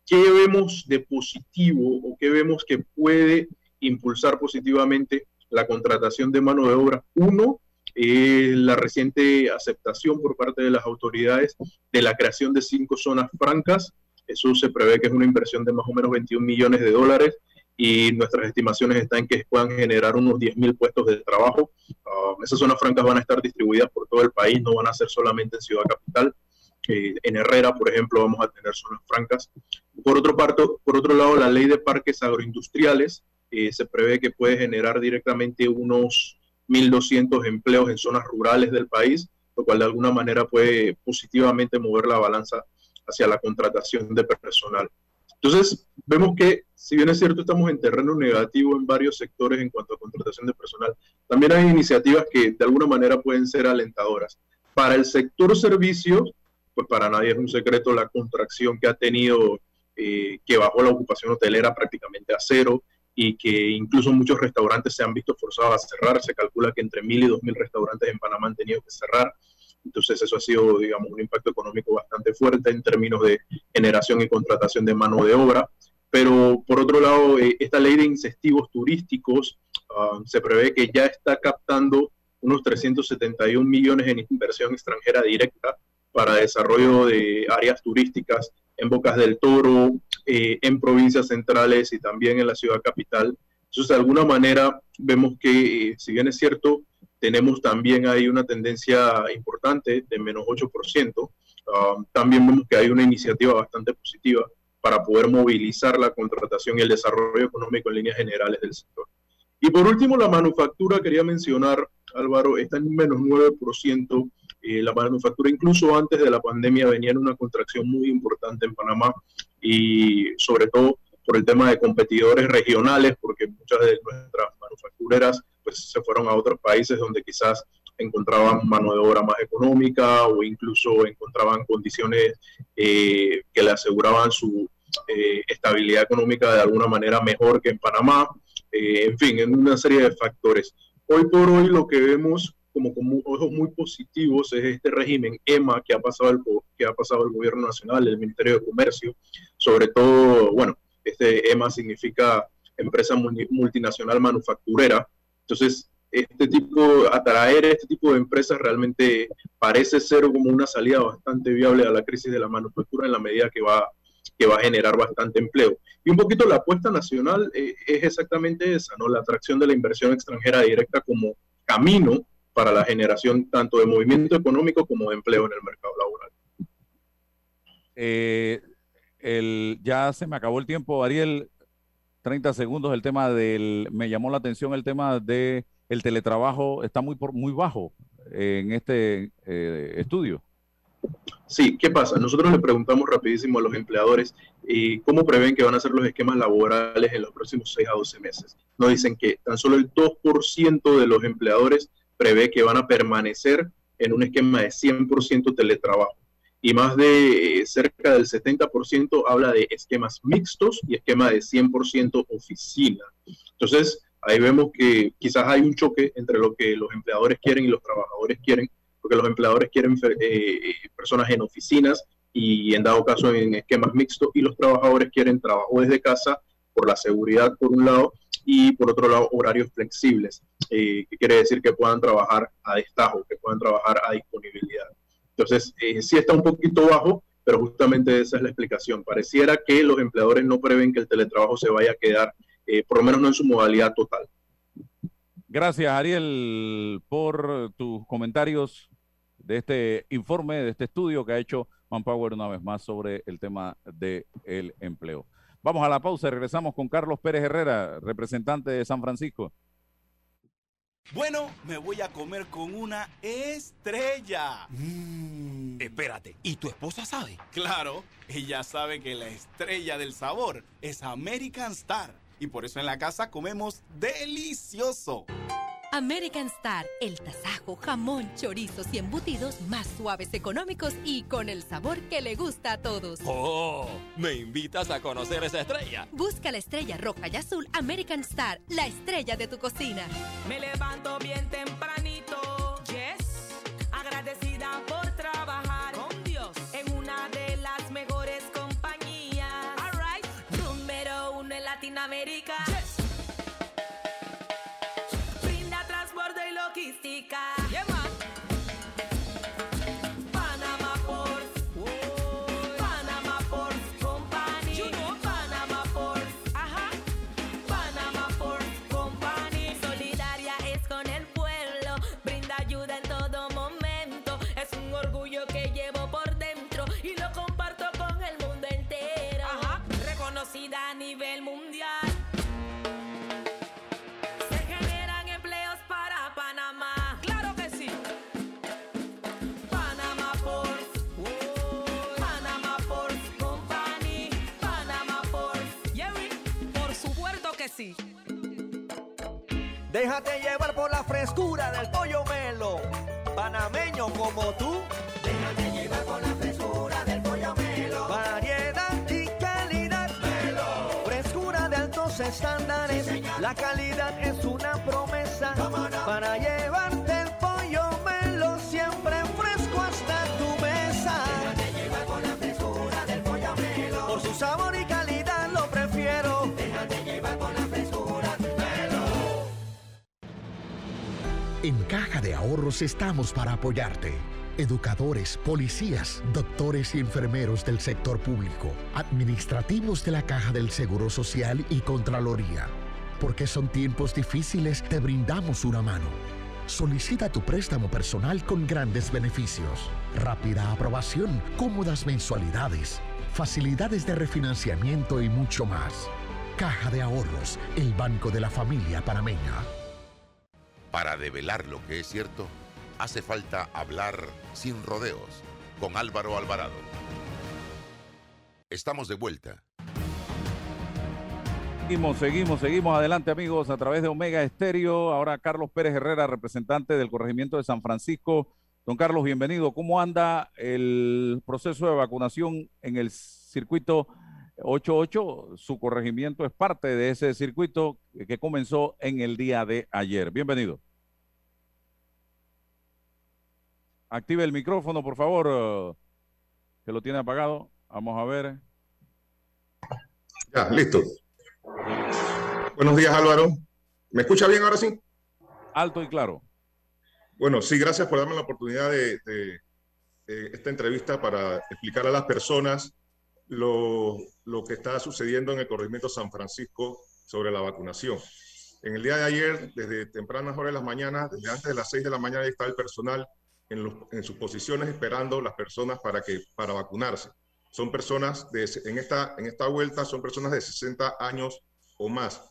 ¿qué vemos de positivo o qué vemos que puede impulsar positivamente la contratación de mano de obra? Uno, eh, la reciente aceptación por parte de las autoridades de la creación de cinco zonas francas. Eso se prevé que es una inversión de más o menos veintiún millones de dólares y nuestras estimaciones están en que puedan generar unos diez mil puestos de trabajo. Uh, esas zonas francas van a estar distribuidas por todo el país, no van a ser solamente en Ciudad Capital. Eh, en Herrera, por ejemplo, vamos a tener zonas francas. Por otro, parto, por otro lado, la ley de parques agroindustriales eh, se prevé que puede generar directamente unos mil doscientos empleos en zonas rurales del país, lo cual de alguna manera puede positivamente mover la balanza hacia la contratación de personal. Entonces, vemos que, si bien es cierto, estamos en terreno negativo en varios sectores en cuanto a contratación de personal, también hay iniciativas que de alguna manera pueden ser alentadoras. Para el sector servicios, pues para nadie es un secreto la contracción que ha tenido, eh, que bajó la ocupación hotelera prácticamente a cero y que incluso muchos restaurantes se han visto forzados a cerrar. Se calcula que entre mil y dos mil restaurantes en Panamá han tenido que cerrar. Entonces eso ha sido, digamos, un impacto económico bastante fuerte en términos de generación y contratación de mano de obra. Pero por otro lado, eh, esta ley de incentivos turísticos uh, se prevé que ya está captando unos trescientos setenta y un millones en inversión extranjera directa para desarrollo de áreas turísticas en Bocas del Toro, eh, en provincias centrales y también en la ciudad capital. Entonces, de alguna manera, vemos que, eh, si bien es cierto, tenemos también ahí una tendencia importante de menos ocho por ciento. Uh, también vemos que hay una iniciativa bastante positiva para poder movilizar la contratación y el desarrollo económico en líneas generales del sector. Y por último, la manufactura, quería mencionar, Álvaro, está en menos nueve por ciento. Eh, la manufactura incluso antes de la pandemia venía en una contracción muy importante en Panamá y sobre todo por el tema de competidores regionales, porque muchas de nuestras manufactureras pues se fueron a otros países donde quizás encontraban mano de obra más económica o incluso encontraban condiciones eh, que le aseguraban su eh, estabilidad económica de alguna manera mejor que en Panamá. Eh, en fin, en una serie de factores. Hoy por hoy lo que vemos como, como ojos muy positivos es este régimen E M A que ha pasado el, que ha pasado el gobierno nacional, el Ministerio de Comercio, sobre todo, bueno, este E M A significa empresa multinacional manufacturera. Entonces, este tipo, atraer este tipo de empresas realmente parece ser como una salida bastante viable a la crisis de la manufactura en la medida que va, que va a generar bastante empleo. Y un poquito la apuesta nacional eh, es exactamente esa, ¿no? La atracción de la inversión extranjera directa como camino para la generación tanto de movimiento económico como de empleo en el mercado laboral. Eh, el, ya se me acabó el tiempo, Ariel. treinta segundos. El tema del, me llamó la atención el tema de el teletrabajo está muy por, muy bajo en este eh, estudio. Sí, ¿qué pasa? Nosotros le preguntamos rapidísimo a los empleadores eh, cómo prevén que van a ser los esquemas laborales en los próximos seis a doce meses. Nos dicen que tan solo el dos por ciento de los empleadores prevé que van a permanecer en un esquema de cien por ciento teletrabajo. Y más de eh, cerca del setenta por ciento habla de esquemas mixtos y esquema de cien por ciento oficina. Entonces, ahí vemos que quizás hay un choque entre lo que los empleadores quieren y los trabajadores quieren, porque los empleadores quieren eh, personas en oficinas y en dado caso en esquemas mixtos, y los trabajadores quieren trabajo desde casa por la seguridad por un lado y por otro lado horarios flexibles, eh, que quiere decir que puedan trabajar a destajo, que puedan trabajar a disponibilidad. Entonces, eh, sí está un poquito bajo, pero justamente esa es la explicación. Pareciera que los empleadores no prevén que el teletrabajo se vaya a quedar, eh, por lo menos no en su modalidad total. Gracias, Ariel, por tus comentarios de este informe, de este estudio que ha hecho Manpower una vez más sobre el tema del empleo. Vamos a la pausa y regresamos con Carlos Pérez Herrera, representante de San Francisco. Bueno, me voy a comer con una estrella. Mm. Espérate, ¿y tu esposa sabe? Claro, ella sabe que la estrella del sabor es American Star. Y por eso en la casa comemos delicioso. American Star, el tasajo, jamón, chorizos y embutidos más suaves, económicos y con el sabor que le gusta a todos. ¡Oh! ¿Me invitas a conocer esa estrella? Busca la estrella roja y azul American Star, la estrella de tu cocina. Me levanto bien tempranito, yes, agradecida por trabajar con Dios en una de las mejores compañías. All Latinoamérica. Yes. Brinda transporte y logística. Yeah, man. Panama Ports. Whoa. Panama Ports Company. You know Panama Ports. Ajá. Panama Ports Company. Solidaria es con el pueblo. Brinda ayuda en todo momento. Es un orgullo que llevo por dentro y lo comparto con el mundo entero. Ajá. Reconocida a nivel mundial. Se generan empleos para Panamá. Claro que sí. Panama Ports. Whoa. Panama Ports Company. Panama Ports. Jerry, por supuesto que sí. Déjate llevar por la frescura del pollo melo. Panameño como tú. Déjate llevar por la frescura del pollo melo. Variedad y calidad. Melo. Frescura de altos estándares. Sí, señor. La calidad es una promesa. ¿Cómo no? Para llevarte el pollo melo siempre fresco hasta tu mesa. Déjate llevar por la frescura del pollo melo. Por su sabor y calidad lo prefiero. Déjate llevar por la frescura melo. En Caja de Ahorros estamos para apoyarte. Educadores, policías, doctores y enfermeros del sector público, administrativos de la Caja del Seguro Social y Contraloría. Porque son tiempos difíciles, te brindamos una mano. Solicita tu préstamo personal con grandes beneficios, rápida aprobación, cómodas mensualidades, facilidades de refinanciamiento y mucho más. Caja de Ahorros, el banco de la familia panameña. Para develar lo que es cierto, hace falta hablar sin rodeos con Álvaro Alvarado. Estamos de vuelta. Seguimos, seguimos, seguimos adelante, amigos, a través de Omega Estéreo. Ahora Carlos Pérez Herrera, representante del corregimiento de San Francisco. Don Carlos, bienvenido. ¿Cómo anda el proceso de vacunación en el circuito ochenta y ocho? Su corregimiento es parte de ese circuito que comenzó en el día de ayer. Bienvenido. Active el micrófono, por favor, que lo tiene apagado. Vamos a ver. Ya, listo. Buenos días, Álvaro. ¿Me escucha bien ahora sí? Alto y claro. Bueno, sí, gracias por darme la oportunidad de, de, de esta entrevista para explicar a las personas lo, lo que está sucediendo en el corregimiento San Francisco sobre la vacunación. En el día de ayer, desde tempranas horas de las mañanas, desde antes de las seis de la mañana, está el personal en, los, en sus posiciones esperando las personas para, que, para vacunarse. Son personas, de, en, esta, en esta vuelta, son personas de sesenta años o más.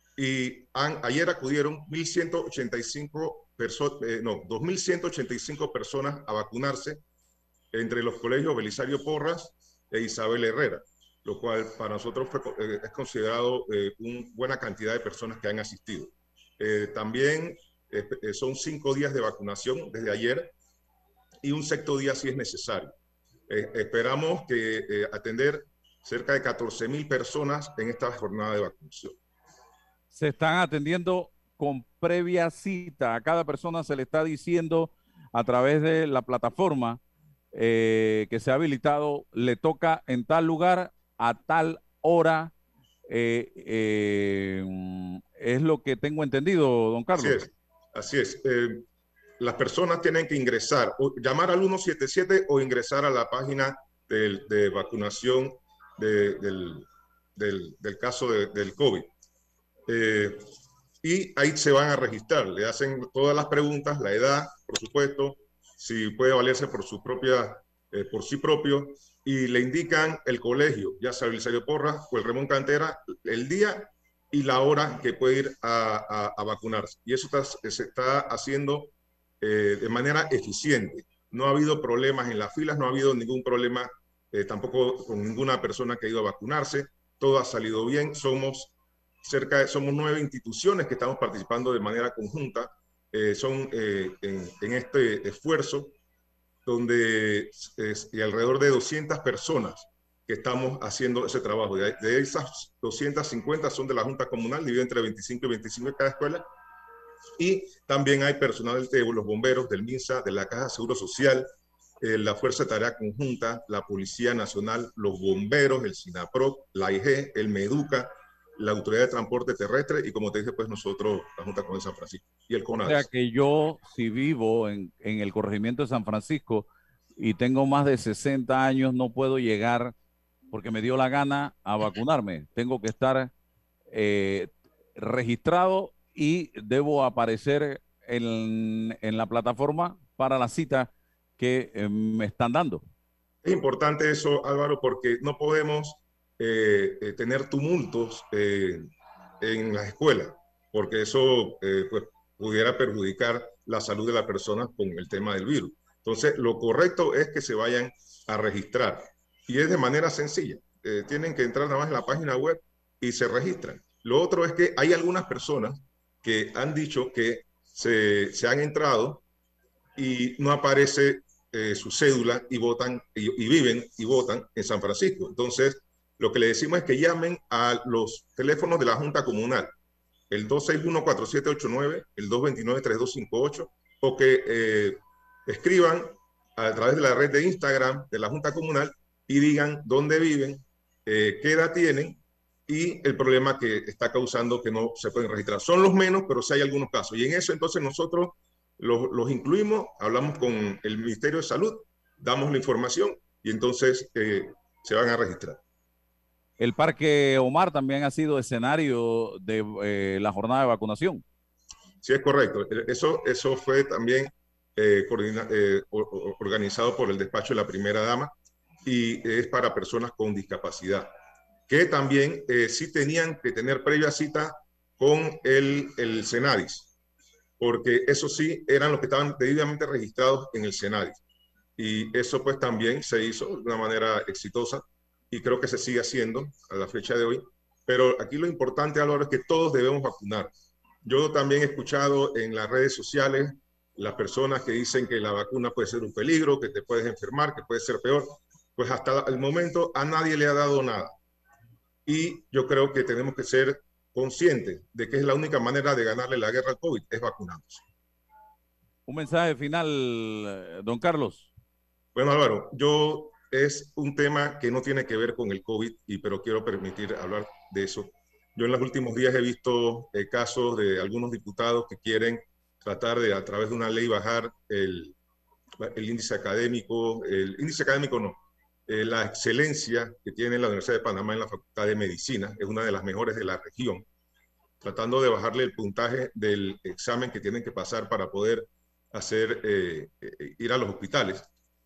Y han, ayer acudieron mil ciento ochenta y cinco perso eh, no, dos mil ciento ochenta y cinco personas a vacunarse entre los colegios Belisario Porras e Isabel Herrera, lo cual para nosotros fue, eh, es considerado eh, una buena cantidad de personas que han asistido. Eh, también eh, son cinco días de vacunación desde ayer y un sexto día si es necesario. Eh, esperamos que eh, atender cerca de catorce mil personas en esta jornada de vacunación. Se están atendiendo con previa cita. A cada persona se le está diciendo a través de la plataforma eh, que se ha habilitado, le toca en tal lugar a tal hora. Eh, eh, es lo que tengo entendido, don Carlos. Así es. Así es. Eh, las personas tienen que ingresar, o llamar al ciento setenta y siete o ingresar a la página de, de vacunación de, del, del, del caso de, del COVID. Eh, y ahí se van a registrar, le hacen todas las preguntas, la edad, por supuesto, si puede valerse por su propia, eh, por sí propio, y le indican el colegio, ya sea Belisario Porras o el Ramón Cantera, el día y la hora que puede ir a, a, a vacunarse. Y eso está, se está haciendo eh, de manera eficiente. No ha habido problemas en las filas, no ha habido ningún problema eh, tampoco con ninguna persona que ha ido a vacunarse. Todo ha salido bien. Somos cerca de, somos nueve instituciones que estamos participando de manera conjunta. Eh, son eh, en, en este esfuerzo donde es, y alrededor de doscientas personas que estamos haciendo ese trabajo. De, de esas doscientas cincuenta son de la Junta Comunal, dividido entre veinticinco y veinticinco de cada escuela. Y también hay personal de los bomberos, del MINSA, de la Caja de Seguro Social, eh, la Fuerza de Tarea Conjunta, la Policía Nacional, los bomberos, el SINAPROC, la I G, el MEDUCA, la Autoridad de Transporte Terrestre y, como te dije, pues nosotros, la Junta Comunal de San Francisco y el O CONADES. sea que yo, si vivo en, en el corregimiento de San Francisco y tengo más de sesenta años, no puedo llegar porque me dio la gana a vacunarme. Tengo que estar eh, registrado y debo aparecer en, en la plataforma para la cita que eh, me están dando. Es importante eso, Álvaro, porque no podemos eh, eh, tener tumultos eh, en las escuelas, porque eso eh, pues, pudiera perjudicar la salud de las personas con el tema del virus. Entonces, lo correcto es que se vayan a registrar y es de manera sencilla. Eh, tienen que entrar nada más en la página web y se registran. Lo otro es que hay algunas personas que han dicho que se, se han entrado y no aparece eh, su cédula y votan y, y viven y votan en San Francisco. Entonces, lo que le decimos es que llamen a los teléfonos de la Junta Comunal, el dos seis uno, cuatro siete ocho nueve, el dos dos nueve, tres dos cinco ocho, o que eh, escriban a través de la red de Instagram de la Junta Comunal y digan dónde viven, eh, qué edad tienen y el problema que está causando que no se pueden registrar. Son los menos, pero sí hay algunos casos. Y en eso entonces nosotros los, los incluimos, hablamos con el Ministerio de Salud, damos la información y entonces eh, se van a registrar. El Parque Omar también ha sido escenario de eh, la jornada de vacunación. Sí, es correcto. Eso, eso fue también eh, coordina, eh, organizado por el despacho de la primera dama y es para personas con discapacidad, que también eh, sí tenían que tener previa cita con el, el Senadis, porque eso sí eran los que estaban debidamente registrados en el Senadis. Y eso pues también se hizo de una manera exitosa y creo que se sigue haciendo a la fecha de hoy. Pero aquí lo importante, Álvaro, es que todos debemos vacunar. Yo también he escuchado en las redes sociales las personas que dicen que la vacuna puede ser un peligro, que te puedes enfermar, que puede ser peor. Pues hasta el momento a nadie le ha dado nada. Y yo creo que tenemos que ser conscientes de que es la única manera de ganarle la guerra al COVID, es vacunándose. Un mensaje final, don Carlos. Bueno, Álvaro, yo es un tema que no tiene que ver con el COVID, y, pero quiero permitir hablar de eso. Yo en los últimos días he visto eh, casos de algunos diputados que quieren tratar de, a través de una ley, bajar el, el índice académico, el índice académico no, eh, la excelencia que tiene la Universidad de Panamá en la Facultad de Medicina, es una de las mejores de la región, tratando de bajarle el puntaje del examen que tienen que pasar para poder hacer, eh, eh, ir a los hospitales.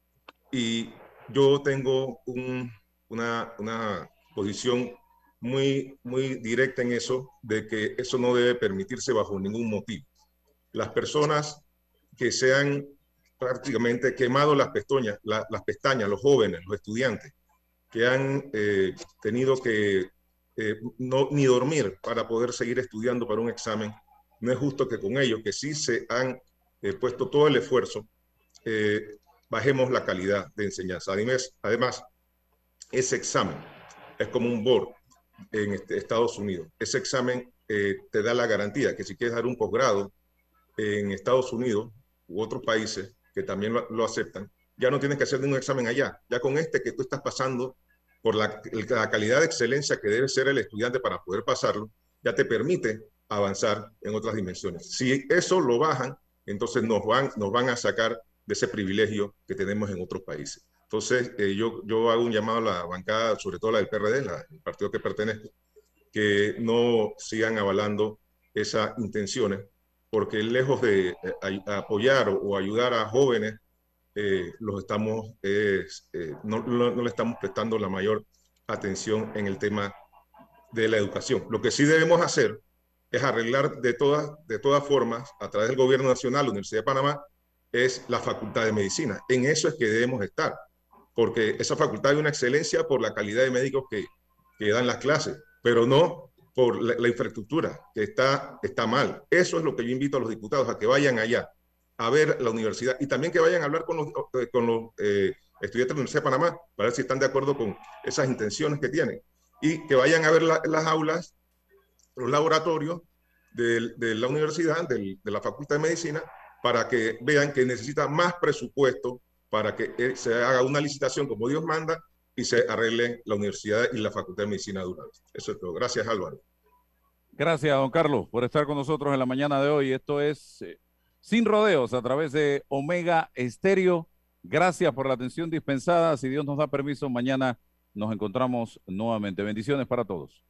Y yo tengo un, una, una posición muy, muy directa en eso, de que eso no debe permitirse bajo ningún motivo. Las personas que se han prácticamente quemado las pestañas, la, las pestañas, los jóvenes, los estudiantes, que han eh, tenido que eh, no, ni dormir para poder seguir estudiando para un examen, no es justo que con ellos, que sí se han eh, puesto todo el esfuerzo, eh, bajemos la calidad de enseñanza. Además, además, ese examen es como un board en este, Estados Unidos. Ese examen eh, te da la garantía que si quieres dar un posgrado en Estados Unidos u otros países que también lo, lo aceptan, ya no tienes que hacer ningún examen allá. Ya con este que tú estás pasando por la, la calidad de excelencia que debe ser el estudiante para poder pasarlo, ya te permite avanzar en otras dimensiones. Si eso lo bajan, entonces nos van, nos van a sacar de ese privilegio que tenemos en otros países. Entonces, eh, yo, yo hago un llamado a la bancada, sobre todo la del P R D, la, el partido que pertenezco, que no sigan avalando esas intenciones, porque lejos de eh, a, apoyar o, o ayudar a jóvenes, eh, los estamos, eh, eh, no, no, no le estamos prestando la mayor atención en el tema de la educación. Lo que sí debemos hacer es arreglar de todas, de todas formas, a través del Gobierno Nacional, la Universidad de Panamá, es la Facultad de Medicina. En eso es que debemos estar, porque esa facultad hay una excelencia por la calidad de médicos que, que dan las clases, pero no por la, la infraestructura, que está, está mal. Eso es lo que yo invito a los diputados, a que vayan allá, a ver la universidad, y también que vayan a hablar con los, con los eh, estudiantes de la Universidad de Panamá, para ver si están de acuerdo con esas intenciones que tienen, y que vayan a ver la, las aulas, los laboratorios de, de la universidad, de, de la Facultad de Medicina, para que vean que necesita más presupuesto para que se haga una licitación como Dios manda y se arregle la universidad y la Facultad de Medicina de una vez. Eso es todo. Gracias, Álvaro. Gracias, don Carlos, por estar con nosotros en la mañana de hoy. Esto es eh, Sin Rodeos a través de Omega Estéreo. Gracias por la atención dispensada. Si Dios nos da permiso, mañana nos encontramos nuevamente. Bendiciones para todos.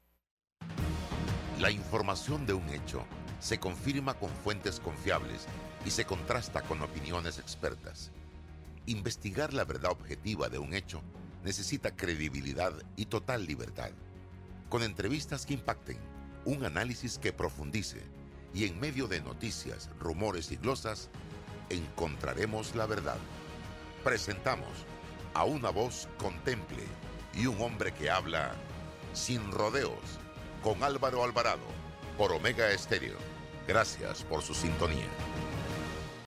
La información de un hecho se confirma con fuentes confiables y se contrasta con opiniones expertas. Investigar la verdad objetiva de un hecho necesita credibilidad y total libertad. Con entrevistas que impacten, un análisis que profundice y en medio de noticias, rumores y glosas, encontraremos la verdad. Presentamos a una voz contemple y un hombre que habla sin rodeos, con Álvaro Alvarado, por Omega Estéreo. Gracias por su sintonía.